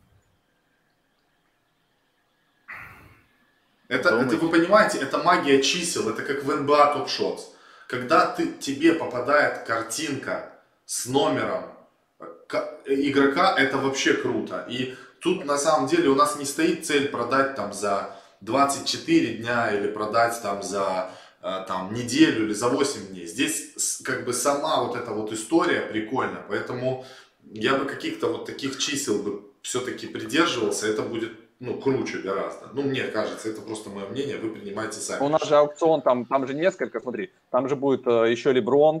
Это вы понимаете, это магия чисел, это как в NBA Top Shots. Когда тебе попадает картинка с номером игрока, это вообще круто. И тут на самом деле у нас не стоит цель продать там за 24 дня или продать там за неделю или за 8 дней. Здесь как бы сама вот эта вот история прикольная. Поэтому я бы каких-то вот таких чисел бы все-таки придерживался. Это будет круче гораздо. Мне кажется, это просто мое мнение, вы принимаете сами.
У нас же аукцион, там же несколько, смотри, там же будет еще Леброн.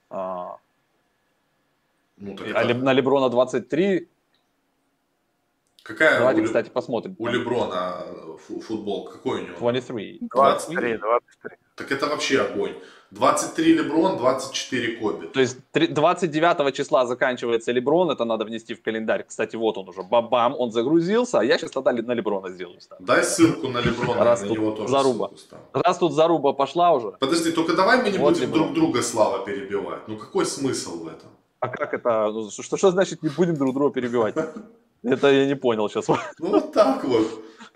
На Леброна 23. Давайте, кстати, посмотрим.
У Леброна футбол, какой у него?
23.
Так это вообще огонь. 23 Леброн, 24 Коби.
То есть 29 числа заканчивается Леброн, это надо внести в календарь. Кстати, вот он уже, бам-бам, он загрузился, а я сейчас тогда на Леброна сделаю.
Дай ссылку на Леброна,
раз
на
тут
него тоже
заруба. Раз тут заруба пошла уже.
Подожди, только давай мы не
вот
будем
Леброн.
друг друга, Слава, перебивать. Какой смысл в этом?
А как это? Что значит не будем друг друга перебивать? Это я не понял сейчас.
Вот так вот.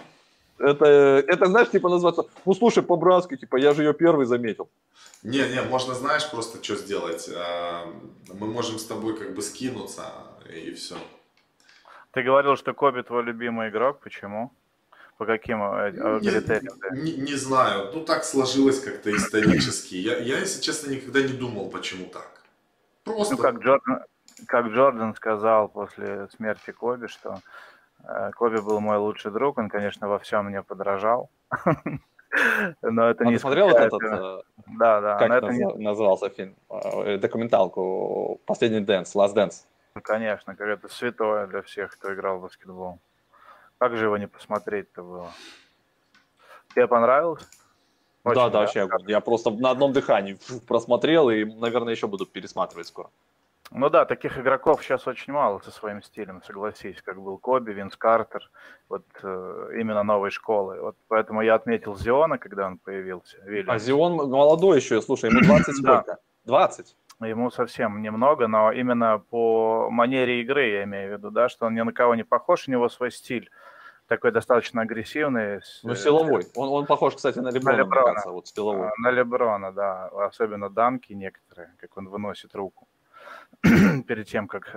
Это знаешь, типа называется, слушай, по-братски, типа, я же ее первый заметил.
Не, можно, знаешь, просто что сделать. Мы можем с тобой как бы скинуться, и все.
Ты говорил, что Коби твой любимый игрок, почему? По каким критериям?
Не знаю, так сложилось как-то исторически. Я, если честно, никогда не думал, почему так. Просто...
как Джордан сказал после смерти Коби, что Коби был мой лучший друг, он, конечно, во всем мне подражал. Но это не
смотрел вот этот,
да,
как назывался фильм, документалку «Последний дэнс», «Last Dance»?
Ну, конечно, как это святое для всех, кто играл в баскетбол. Как же его не посмотреть-то было? Тебе понравилось?
Да, вообще, я просто на одном дыхании просмотрел и, наверное, еще буду пересматривать скоро.
Ну да, таких игроков сейчас очень мало со своим стилем, согласись, как был Коби, Винс Картер, вот именно новой школы. Вот поэтому я отметил Зиона, когда он появился.
А Зион молодой еще, слушай, ему 20 сколько? 20?
Ему совсем немного, но именно по манере игры, я имею в виду, да, что он ни на кого не похож, у него свой стиль такой достаточно агрессивный.
Силовой. Он похож, кстати, на Леброна, мне кажется, вот силовой.
На Леброна, да, особенно данки некоторые, как он выносит руку перед тем, как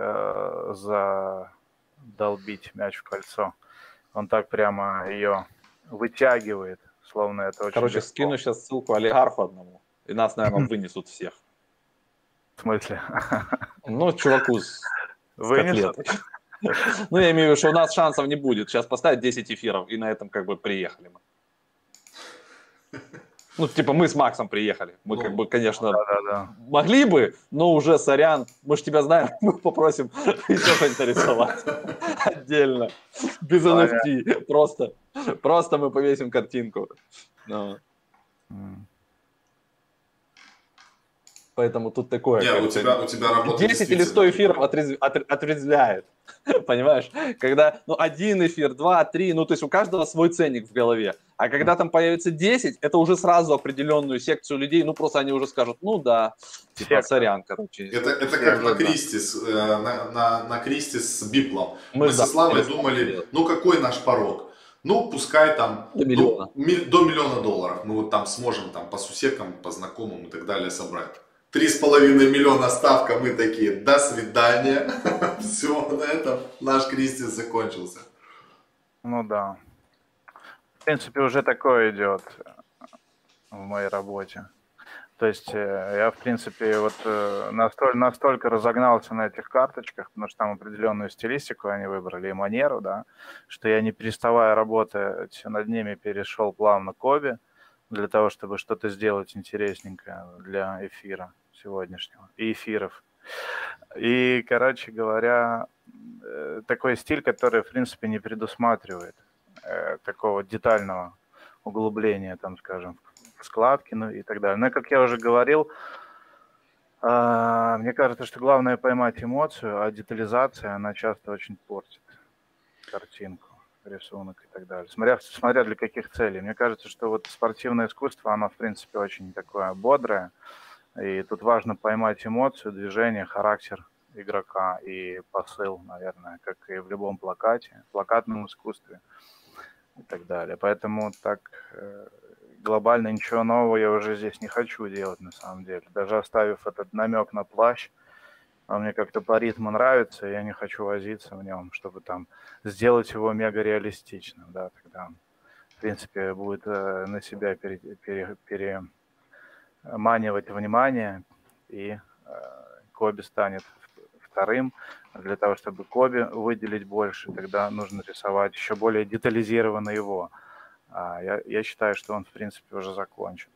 задолбить мяч в кольцо. Он так прямо ее вытягивает, словно это очень легко.
Скину сейчас ссылку олигарху одному, и нас, наверное, вынесут всех.
В смысле?
Чуваку с котлетой. Я имею в виду, что у нас шансов не будет. Сейчас поставить 10 эфиров, и на этом как бы приехали мы. Мы с Максом приехали. Мы как бы, конечно, могли бы, но уже сорян. Мы же тебя знаем, мы попросим еще что-нибудь нарисовать. Отдельно. Без NFT. Просто мы повесим картинку. Поэтому тут такое.
Не, у тебя работа
10 или 100 эфиров отрезвляет. Понимаешь? Когда, ну, один эфир, два, три, ну, то есть у каждого свой ценник в голове. А когда там появится 10, это уже сразу определенную секцию людей, ну, просто они уже скажут, ну, да, типа, сорян, короче.
Это как на Кристис, на Кристис с Биплом. Мы со Славой думали, ну, какой наш порог? Ну, пускай там
до миллиона.
До миллиона долларов. Мы вот там сможем там по сусекам, по знакомым и так далее собрать. 3,5 миллиона ставка, мы такие, до свидания. Все, на этом наш Кристис закончился.
Ну да. В принципе, уже такое идет в моей работе. То есть я, в принципе, вот настолько разогнался на этих карточках, потому что там определенную стилистику они выбрали и манеру, да, что я, не переставая работать над ними, перешел плавно к Коби для того, чтобы что-то сделать интересненькое для эфира сегодняшнего и эфиров. И, короче говоря, такой стиль, который, в принципе, не предусматривает такого детального углубления, там, скажем, в складки, ну и так далее. Но, как я уже говорил, мне кажется, что главное поймать эмоцию, а детализация, она часто очень портит картинку, рисунок и так далее. Смотря для каких целей. Мне кажется, что вот спортивное искусство, оно, в принципе, очень такое бодрое, и тут важно поймать эмоцию, движение, характер игрока и посыл, наверное, как и в любом плакате, плакатном искусстве и так далее. Поэтому так глобально ничего нового я уже здесь не хочу делать, на самом деле. Даже оставив этот намек на плащ, он мне как-то по ритму нравится, и я не хочу возиться в нем, чтобы там сделать его мега реалистичным, да, тогда он, в принципе, будет на себя переманивать внимание, и Коби станет вторым. Для того, чтобы Коби выделить больше, тогда нужно рисовать еще более детализированно его. Я считаю, что он, в принципе, уже закончен.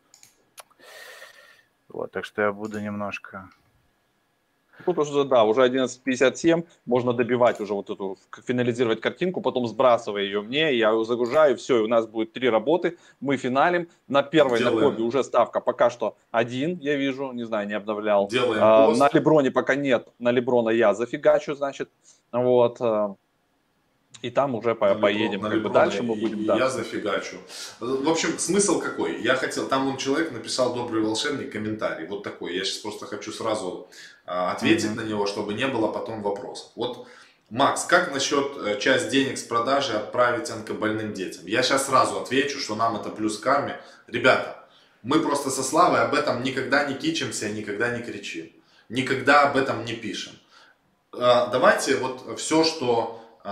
Вот, так что я буду немножко...
Тут уже, да, уже 11:57, можно добивать уже вот эту, финализировать картинку, потом сбрасывая ее мне, я ее загружаю, все, и у нас будет 3 работы, мы финалим. На первой, на Коби уже ставка пока что 1, я вижу, не знаю, не обновлял. На Леброне пока нет, на Леброна я зафигачу, значит, вот. И там уже поедем, как бы дальше мы будем. Да.
Я зафигачу. В общем, смысл какой? Я хотел, там человек написал, добрый волшебник, комментарий, вот такой. Я сейчас просто хочу сразу ответить на него, чтобы не было потом вопросов. Вот, Макс, как насчет часть денег с продажи отправить онкобольным детям? Я сейчас сразу отвечу, что нам это плюс карме. Ребята, мы просто со Славой об этом никогда не кичимся, никогда не кричим. Никогда об этом не пишем. Давайте вот все, что...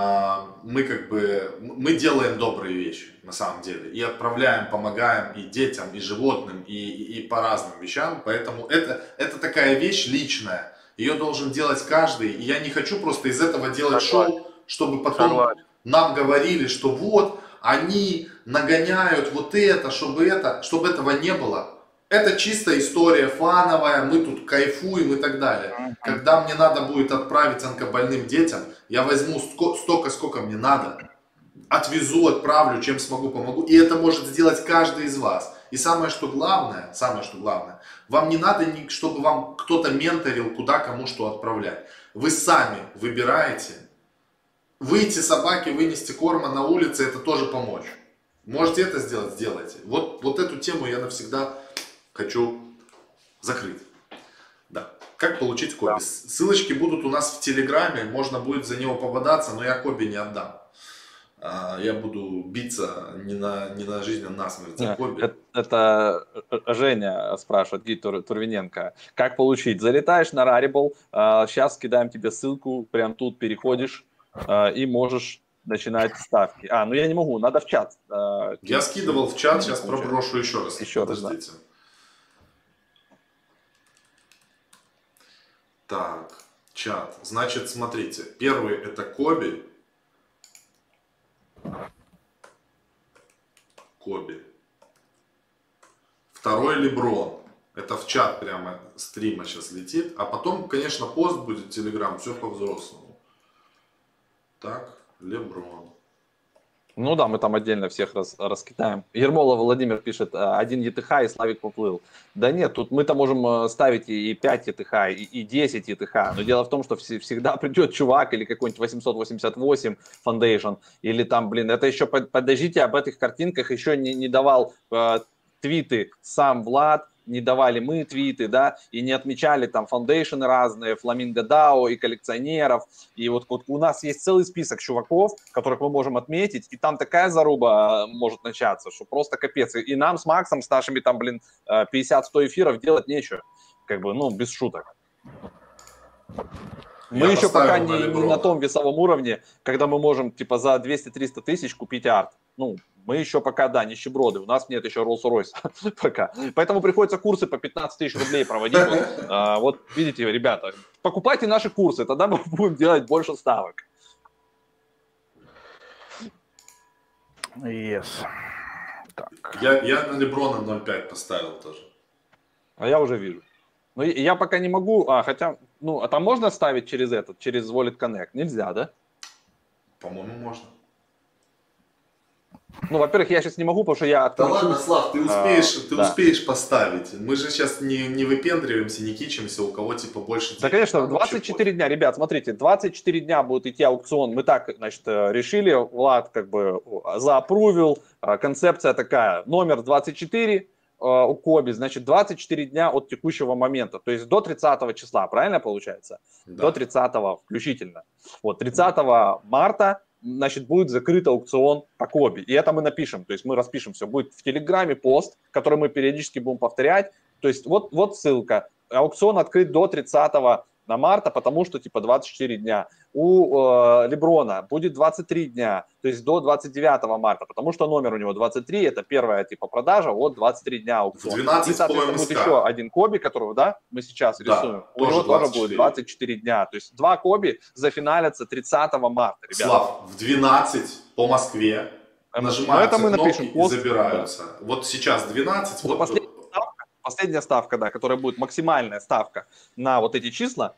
мы делаем добрые вещи, на самом деле, и отправляем, помогаем и детям, и животным, и по разным вещам, поэтому это такая вещь личная, ее должен делать каждый, и я не хочу просто из этого делать шоу, чтобы потом нам говорили, что вот, они нагоняют вот это, чтобы этого не было. Это чисто история фановая, мы тут кайфуем и так далее. Когда мне надо будет отправить онкобольным детям, я возьму столько, сколько мне надо, отвезу, отправлю, чем смогу, помогу. И это может сделать каждый из вас. И самое что главное, вам не надо, чтобы вам кто-то менторил, куда кому что отправлять. Вы сами выбираете. Выйти собаке, вынести корма на улице, это тоже помочь. Можете это сделать, сделайте. Вот эту тему я навсегда хочу закрыть. Да. Как получить Коби? Да. Ссылочки будут у нас в Телеграме, можно будет за него пободаться, но я Коби не отдам. Я буду биться не на жизнь, а на смерть за Коби.
Это Женя спрашивает, Гид Турвиненко. Как получить? Залетаешь на Rarible, сейчас скидаем тебе ссылку, прям тут переходишь и можешь начинать ставки. Ну я не могу, надо в чат.
Я скидывал в чат, сейчас проброшу еще раз.
Подождите.
Да. Так, чат. Значит, смотрите. Первый это Коби. Второй Леброн. Это в чат прямо стрима сейчас летит. А потом, конечно, пост будет в Телеграм. Все по-взрослому. Так, Леброн.
Ну да, мы там отдельно всех раскидаем. Ермолов Владимир пишет, один ЕТХ и Славик поплыл. Да нет, тут мы-то можем ставить и 5 ЕТХ, и 10 ЕТХ. Но дело в том, что всегда придет чувак или какой-нибудь 888 Foundation, или там, блин, это еще, подождите, об этих картинках еще не давал твиты сам Влад, не давали мы твиты, да, и не отмечали там фаундейшены разные, Фламинго Дао и коллекционеров. И вот у нас есть целый список чуваков, которых мы можем отметить, и там такая заруба может начаться, что просто капец. И нам с Максом, с нашими там, блин, 50-100 эфиров делать нечего. Как бы, ну, без шуток. Мы еще пока не на том весовом уровне, когда мы можем типа за 200-300 тысяч купить арт. Ну, мы еще пока, да, нищеброды. У нас нет еще Rolls-Royce пока. Поэтому приходится курсы по 15 тысяч рублей проводить. Вот видите, ребята, покупайте наши курсы, тогда мы будем делать больше ставок.
Yes.
Так. Я на Леброна 0.5 поставил тоже.
А я уже вижу. Но я пока не могу, хотя, ну, а там можно ставить через Wallet Connect? Нельзя, да?
По-моему, можно.
Ну, во-первых, я сейчас не могу, потому что я
отключусь. Да ладно, Слав, ты успеешь поставить. Мы же сейчас не выпендриваемся, не кичимся, у кого типа больше денег.
Да, конечно, 24 дня, ребят, смотрите, 24 дня будет идти аукцион. Мы так, значит, решили, Влад как бы заапрувил, концепция такая, номер 24 у Коби, значит, 24 дня от текущего момента, то есть до 30 числа, правильно получается? Да. До 30 включительно. Вот, 30 марта, значит, будет закрыт аукцион по Коби. И это мы напишем, то есть мы распишем все. Будет в Телеграме пост, который мы периодически будем повторять. То есть вот ссылка. Аукцион открыт до 30 марта, потому что типа 24 дня. У Леброна будет 23 дня, то есть до 29 марта, потому что номер у него 23, это первая типа продажа, вот 23 дня аукцион.
12
и, соответственно, будет еще один Коби, которого, да, мы сейчас рисуем. У него тоже будет 24 дня. То есть два Коби зафиналятся 30 марта, ребята.
Слав, в 12 по Москве нажимаются
это мы
кнопки
напишем,
и забираются. Да. Вот сейчас 12.
Вот последняя ставка, да, которая будет максимальная ставка на вот эти числа,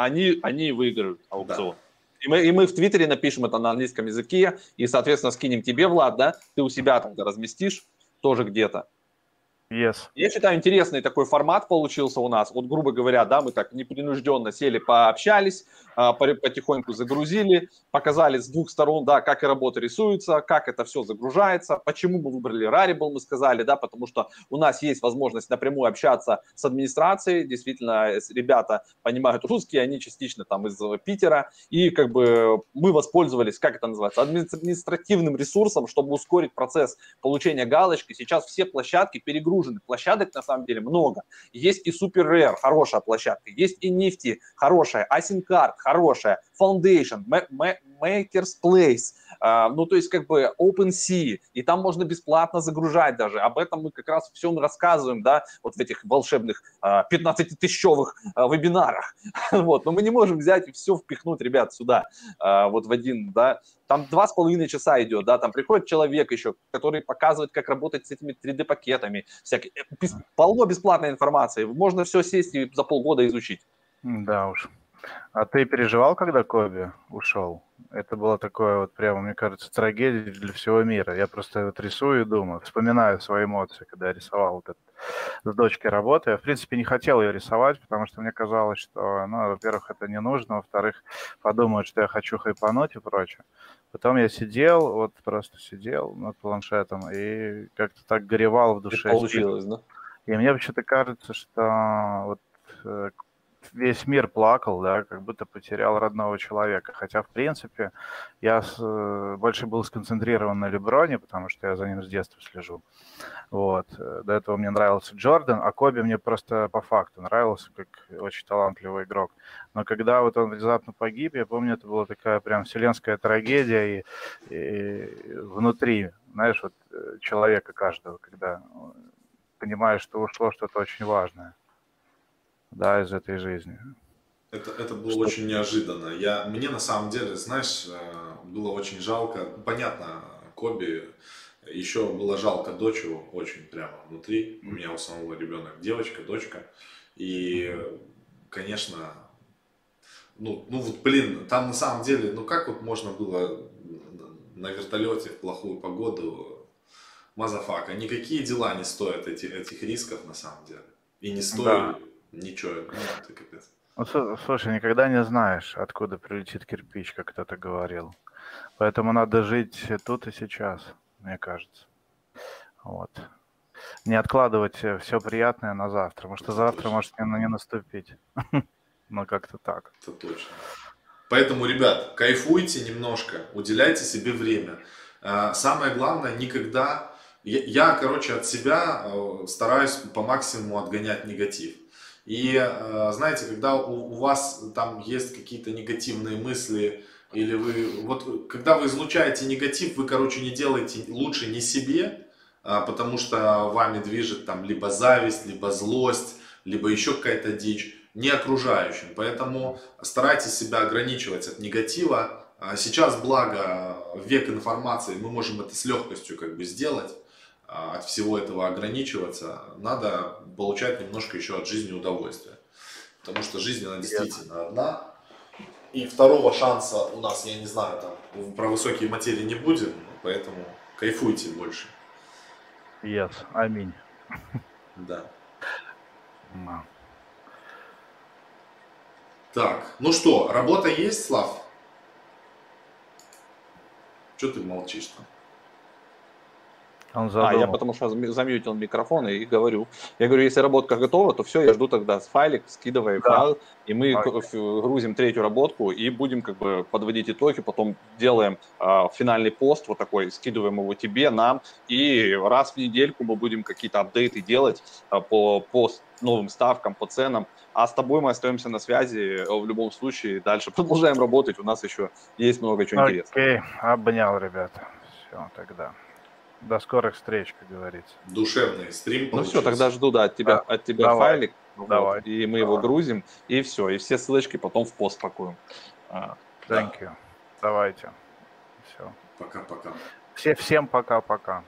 они выиграют аукцион. Да. И мы в Твиттере напишем это на английском языке, и, соответственно, скинем тебе, Влад, да, ты у себя там разместишь тоже где-то.
Yes.
Я считаю, интересный такой формат получился у нас. Вот, грубо говоря, да, мы так непринужденно сели, пообщались, потихоньку загрузили, показали с двух сторон, да, как и работа рисуется, как это все загружается, почему мы выбрали Rarible, мы сказали, да, потому что у нас есть возможность напрямую общаться с администрацией, действительно, ребята понимают русский, они частично там из Питера, и как бы мы воспользовались, как это называется, административным ресурсом, чтобы ускорить процесс получения галочки. Сейчас все площадки перегружены. Площадок на самом деле много. Есть и Super Rare, хорошая площадка. Есть и Nifty, хорошая. Async хорошая. Foundation, Maker's Place. Ну, то есть, как бы OpenSea. И там можно бесплатно загружать даже. Об этом мы как раз все рассказываем, да, вот в этих волшебных 15-тысячевых вебинарах. Вот. Но мы не можем взять и все впихнуть, ребят, сюда. Вот в один, да. Там 2,5 часа идет, да, там приходит человек еще, который показывает, как работать с этими 3D-пакетами, полно бесплатной информации, можно все сесть и за полгода изучить.
Да уж. А ты переживал, когда Коби ушел? Это было такое вот прямо, мне кажется, трагедия для всего мира. Я просто вот рисую и думаю, вспоминаю свои эмоции, когда я рисовал вот этот, с дочкой работы. Я, в принципе, не хотел ее рисовать, потому что мне казалось, что, ну, во-первых, это не нужно, во-вторых, подумают, что я хочу хайпануть и прочее. Потом я сидел, вот просто сидел над планшетом и как-то так горевал в душе.
И получилось, да?
И мне почему-то кажется, что вот весь мир плакал, да, как будто потерял родного человека. Хотя, в принципе, я больше был сконцентрирован на Леброне, потому что я за ним с детства слежу. Вот. До этого мне нравился Джордан, а Коби мне просто по факту нравился, как очень талантливый игрок. Но когда вот он внезапно погиб, я помню, это была такая прям вселенская трагедия и внутри, знаешь, вот человека каждого, когда понимаешь, что ушло что-то очень важное. Да, из этой жизни.
Это было очень неожиданно. Мне на самом деле, знаешь, было очень жалко. Понятно, Коби, еще было жалко дочу очень прямо внутри. У меня у самого ребенок девочка, дочка. И, конечно, ну вот, блин, там на самом деле, ну как вот можно было на вертолете в плохую погоду, мазафака. Никакие дела не стоят этих рисков на самом деле. И не стоили ничего. Ну, это капец.
Ну, слушай, никогда не знаешь, откуда прилетит кирпич, как кто-то говорил. Поэтому надо жить тут и сейчас, мне кажется. Вот. Не откладывать все приятное на завтра, потому что
Это
завтра
точно.
может не наступить. Ну, как-то так.
Это точно. Поэтому, ребят, кайфуйте немножко, уделяйте себе время. Самое главное, никогда... Я, короче, от себя стараюсь по максимуму отгонять негатив. И знаете, когда у вас там есть какие-то негативные мысли, или вы... Вот когда вы излучаете негатив, вы, короче, не делаете лучше не себе, потому что вами движет там либо зависть, либо злость, либо еще какая-то дичь, не окружающим. Поэтому старайтесь себя ограничивать от негатива. Сейчас, благо, век информации, мы можем это с легкостью как бы сделать, от всего этого ограничиваться. Надо получать немножко еще от жизни удовольствие. Потому что жизнь, она действительно одна. И второго шанса у нас, я не знаю, там про высокие материи не будет, поэтому кайфуйте больше.
Yes, аминь.
Да.
No.
Так, ну что, работа есть, Слав? Что ты молчишь там?
Он задумал.
Я потому что замьютил микрофон и говорю. Я говорю, если работка готова, то все, я жду тогда файлик, скидывай файл, и мы грузим третью работку и будем как бы подводить итоги, потом делаем финальный пост вот такой, скидываем его тебе, нам, и раз в недельку мы будем какие-то апдейты делать по новым ставкам, по ценам, а с тобой мы остаемся на связи в любом случае, дальше продолжаем работать, у нас еще есть много чего интересного.
Окей, обнял, ребята. Все, тогда. До скорых встреч, как говорится.
Душевный стрим получился.
Ну все, тогда жду, от тебя
давай,
файлик,
давай,
вот, и мы его грузим, и все, и все ссылочки потом в пост пакуем.
Thank you. Давайте. Все.
Пока-пока.
Всем пока-пока.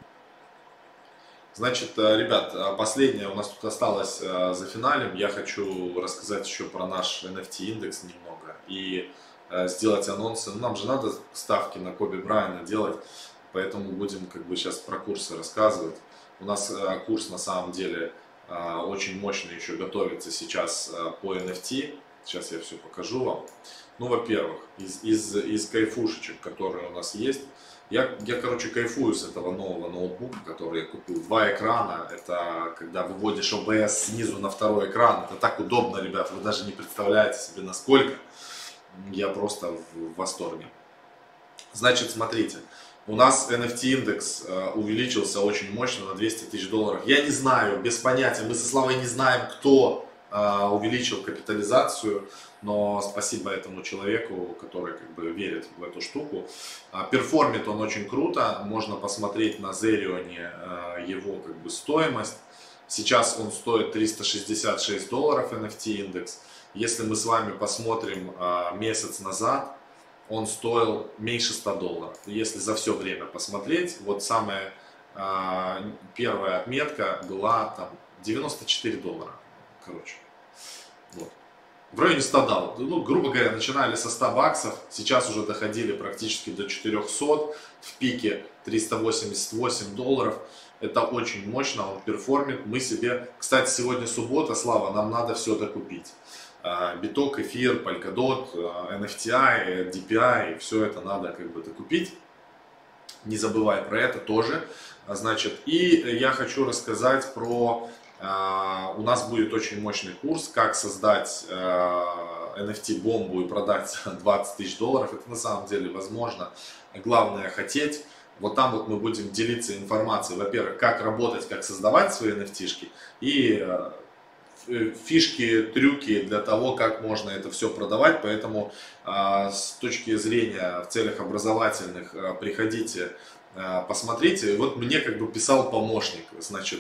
Значит, ребят, последнее у нас тут осталось за финалем. Я хочу рассказать еще про наш NFT индекс немного и сделать анонсы. Ну, нам же надо ставки на Коби Брайана делать. Поэтому будем как бы сейчас про курсы рассказывать. У нас курс на самом деле очень мощно еще готовится сейчас по NFT. Сейчас я все покажу вам. Ну, во-первых, из кайфушечек, которые у нас есть. Я, короче, кайфую с этого нового ноутбука, который я купил. 2 экрана. Это когда выводишь OBS снизу на второй экран. Это так удобно, ребят. Вы даже не представляете себе, насколько. Я просто в восторге. Значит, смотрите. У нас NFT индекс увеличился очень мощно на 200 тысяч долларов. Я не знаю, без понятия, мы со Славой не знаем, кто увеличил капитализацию, но спасибо этому человеку, который как бы верит в эту штуку. Перформит он очень круто, можно посмотреть на Зерионе его как бы стоимость. Сейчас он стоит 366 долларов NFT индекс. Если мы с вами посмотрим месяц назад, он стоил меньше 100 долларов. Если за все время посмотреть, вот самая первая отметка была там 94 доллара. Короче, вот. В районе 100 долларов. Ну, грубо говоря, начинали со 100 баксов, сейчас уже доходили практически до 400, в пике 388 долларов. Это очень мощно, он перформит. Мы себе, кстати, сегодня суббота, Слава, нам надо все докупить. Биток, эфир, Polkadot, NFTI, DPI, все это надо как бы докупить. Не забывай про это тоже. Значит, и я хочу рассказать про... У нас будет очень мощный курс, как создать NFT-бомбу и продать за 20 тысяч долларов. Это на самом деле возможно. Главное хотеть. Вот там вот мы будем делиться информацией, во-первых, как работать, как создавать свои NFT-шки. И фишки, трюки для того, как можно это все продавать. Поэтому с точки зрения в целях образовательных приходите, посмотрите. Вот мне как бы писал помощник, значит,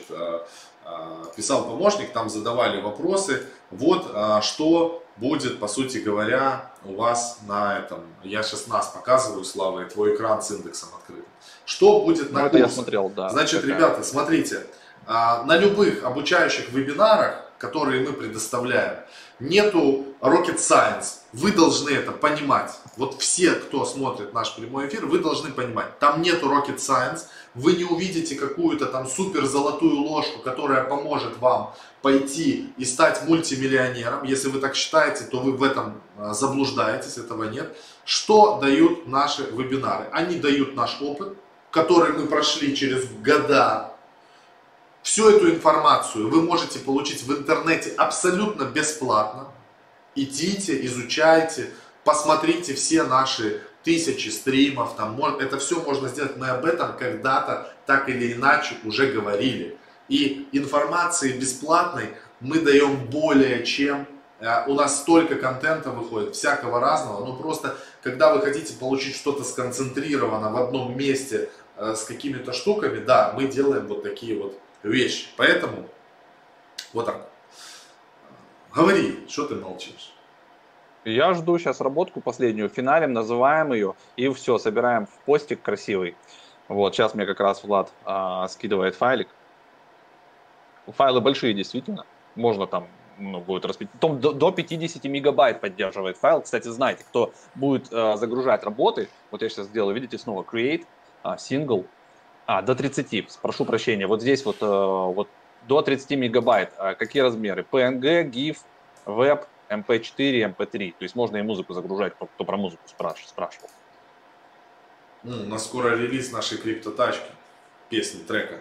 там задавали вопросы. Вот что будет, по сути говоря, у вас на этом. Я сейчас нас показываю, Слава, и твой экран с индексом открыт. Что будет на курсе?
Я смотрел, да.
Значит, ребята, смотрите, на любых обучающих вебинарах, которые мы предоставляем, нету rocket science. Вы должны это понимать. Вот все, кто смотрит наш прямой эфир, вы должны понимать. Там нету rocket science. Вы не увидите какую-то там супер золотую ложку, которая поможет вам пойти и стать мультимиллионером. Если вы так считаете, то вы в этом заблуждаетесь, этого нет. Что дают наши вебинары? Они дают наш опыт, который мы прошли через года. Всю эту информацию вы можете получить в интернете абсолютно бесплатно. Идите, изучайте, посмотрите все наши тысячи стримов. Там, это все можно сделать. Мы об этом когда-то так или иначе уже говорили. И информации бесплатной мы даем более чем. У нас столько контента выходит, всякого разного. Но просто, когда вы хотите получить что-то сконцентрированно в одном месте с какими-то штуками, да, мы делаем вот такие вот вещи. Поэтому вот так. Говори, что ты молчишь?
Я жду сейчас работку последнюю, финалем, называем ее, и все, собираем в постик красивый. Вот, сейчас мне как раз Влад скидывает файлик. Файлы большие, действительно. Можно там, будет распить. Потом до 50 мегабайт поддерживает файл. Кстати, знаете, кто будет загружать работы, вот я сейчас сделаю, видите, снова create, single, до 30, прошу прощения. Вот здесь вот до 30 мегабайт. Какие размеры? PNG, GIF, Web, MP4, MP3. То есть можно и музыку загружать, кто про музыку спрашивал.
У нас скоро релиз нашей криптотачки, песни, трека.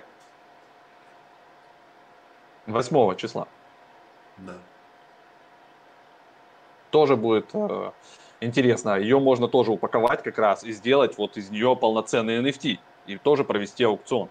8 числа.
Да.
Тоже будет интересно. Ее можно тоже упаковать как раз и сделать вот из нее полноценный NFT. И тоже провести аукцион.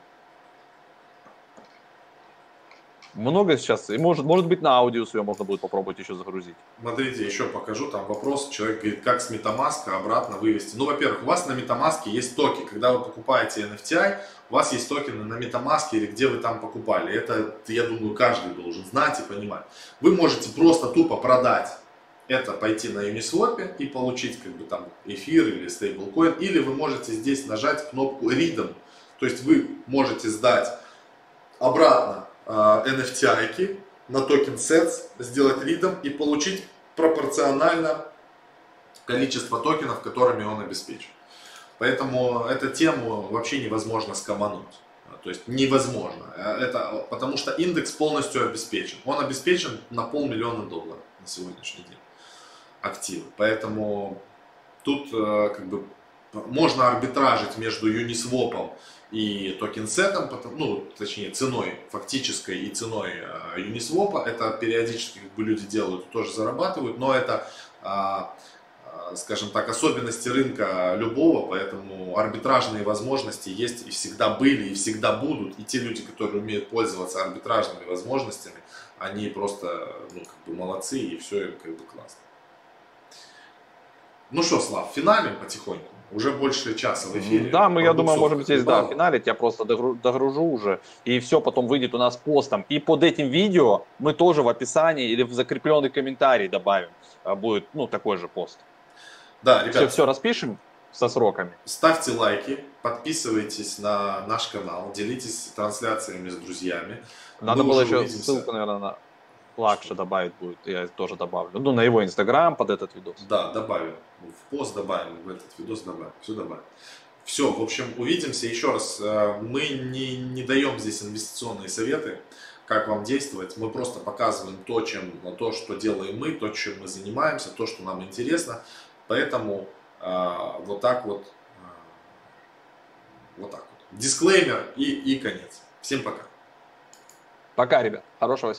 Много сейчас, и может быть на аудио ее можно будет попробовать еще загрузить.
Смотрите, еще покажу, там вопрос, человек говорит, как с MetaMask обратно вывести. Ну, во-первых, у вас на MetaMask есть токи, когда вы покупаете NFT, у вас есть токены на MetaMask или где вы там покупали. Это, я думаю, каждый должен знать и понимать. Вы можете просто тупо продать это, пойти на Uniswap и получить как бы там эфир или стейблкоин, или вы можете здесь нажать кнопку Redeem, то есть вы можете сдать обратно NFT на токен Sets, сделать ридом и получить пропорционально количество токенов, которыми он обеспечен. Поэтому эту тему вообще невозможно скомануть. То есть невозможно. Это потому что индекс полностью обеспечен. Он обеспечен на $500 000 на сегодняшний день активы. Поэтому тут как бы можно арбитражить между Uniswap и токенсетом, ну, точнее, ценой фактической и ценой Uniswap. Это периодически как бы люди делают, тоже зарабатывают, но это, скажем так, особенности рынка любого, поэтому арбитражные возможности есть и всегда были, и всегда будут. И те люди, которые умеют пользоваться арбитражными возможностями, они просто, ну, как бы молодцы, и все им как бы классно. Ну что, Слав, финалем потихоньку. Уже больше часа в эфире.
Да, мы, я думаю, можем здесь, да, финалить. Я просто догружу уже. И все потом выйдет у нас постом. И под этим видео мы тоже в описании или в закрепленный комментарий добавим. Будет, ну, такой же пост.
Да, ребят.
Все распишем со сроками.
Ставьте лайки, подписывайтесь на наш канал, делитесь трансляциями с друзьями.
Надо было еще ссылку, наверное, на Лакша добавить будет, я тоже добавлю. Ну, на его инстаграм под этот видос.
Да, добавим. В пост добавим, в этот видос добавим. Все добавим. Все, в общем, увидимся. Еще раз, мы не даем здесь инвестиционные советы, как вам действовать. Мы просто показываем то, что делаем мы, то, чем мы занимаемся, то, что нам интересно. Поэтому вот так вот. Дисклеймер и конец. Всем пока.
Пока, ребят. Хорошего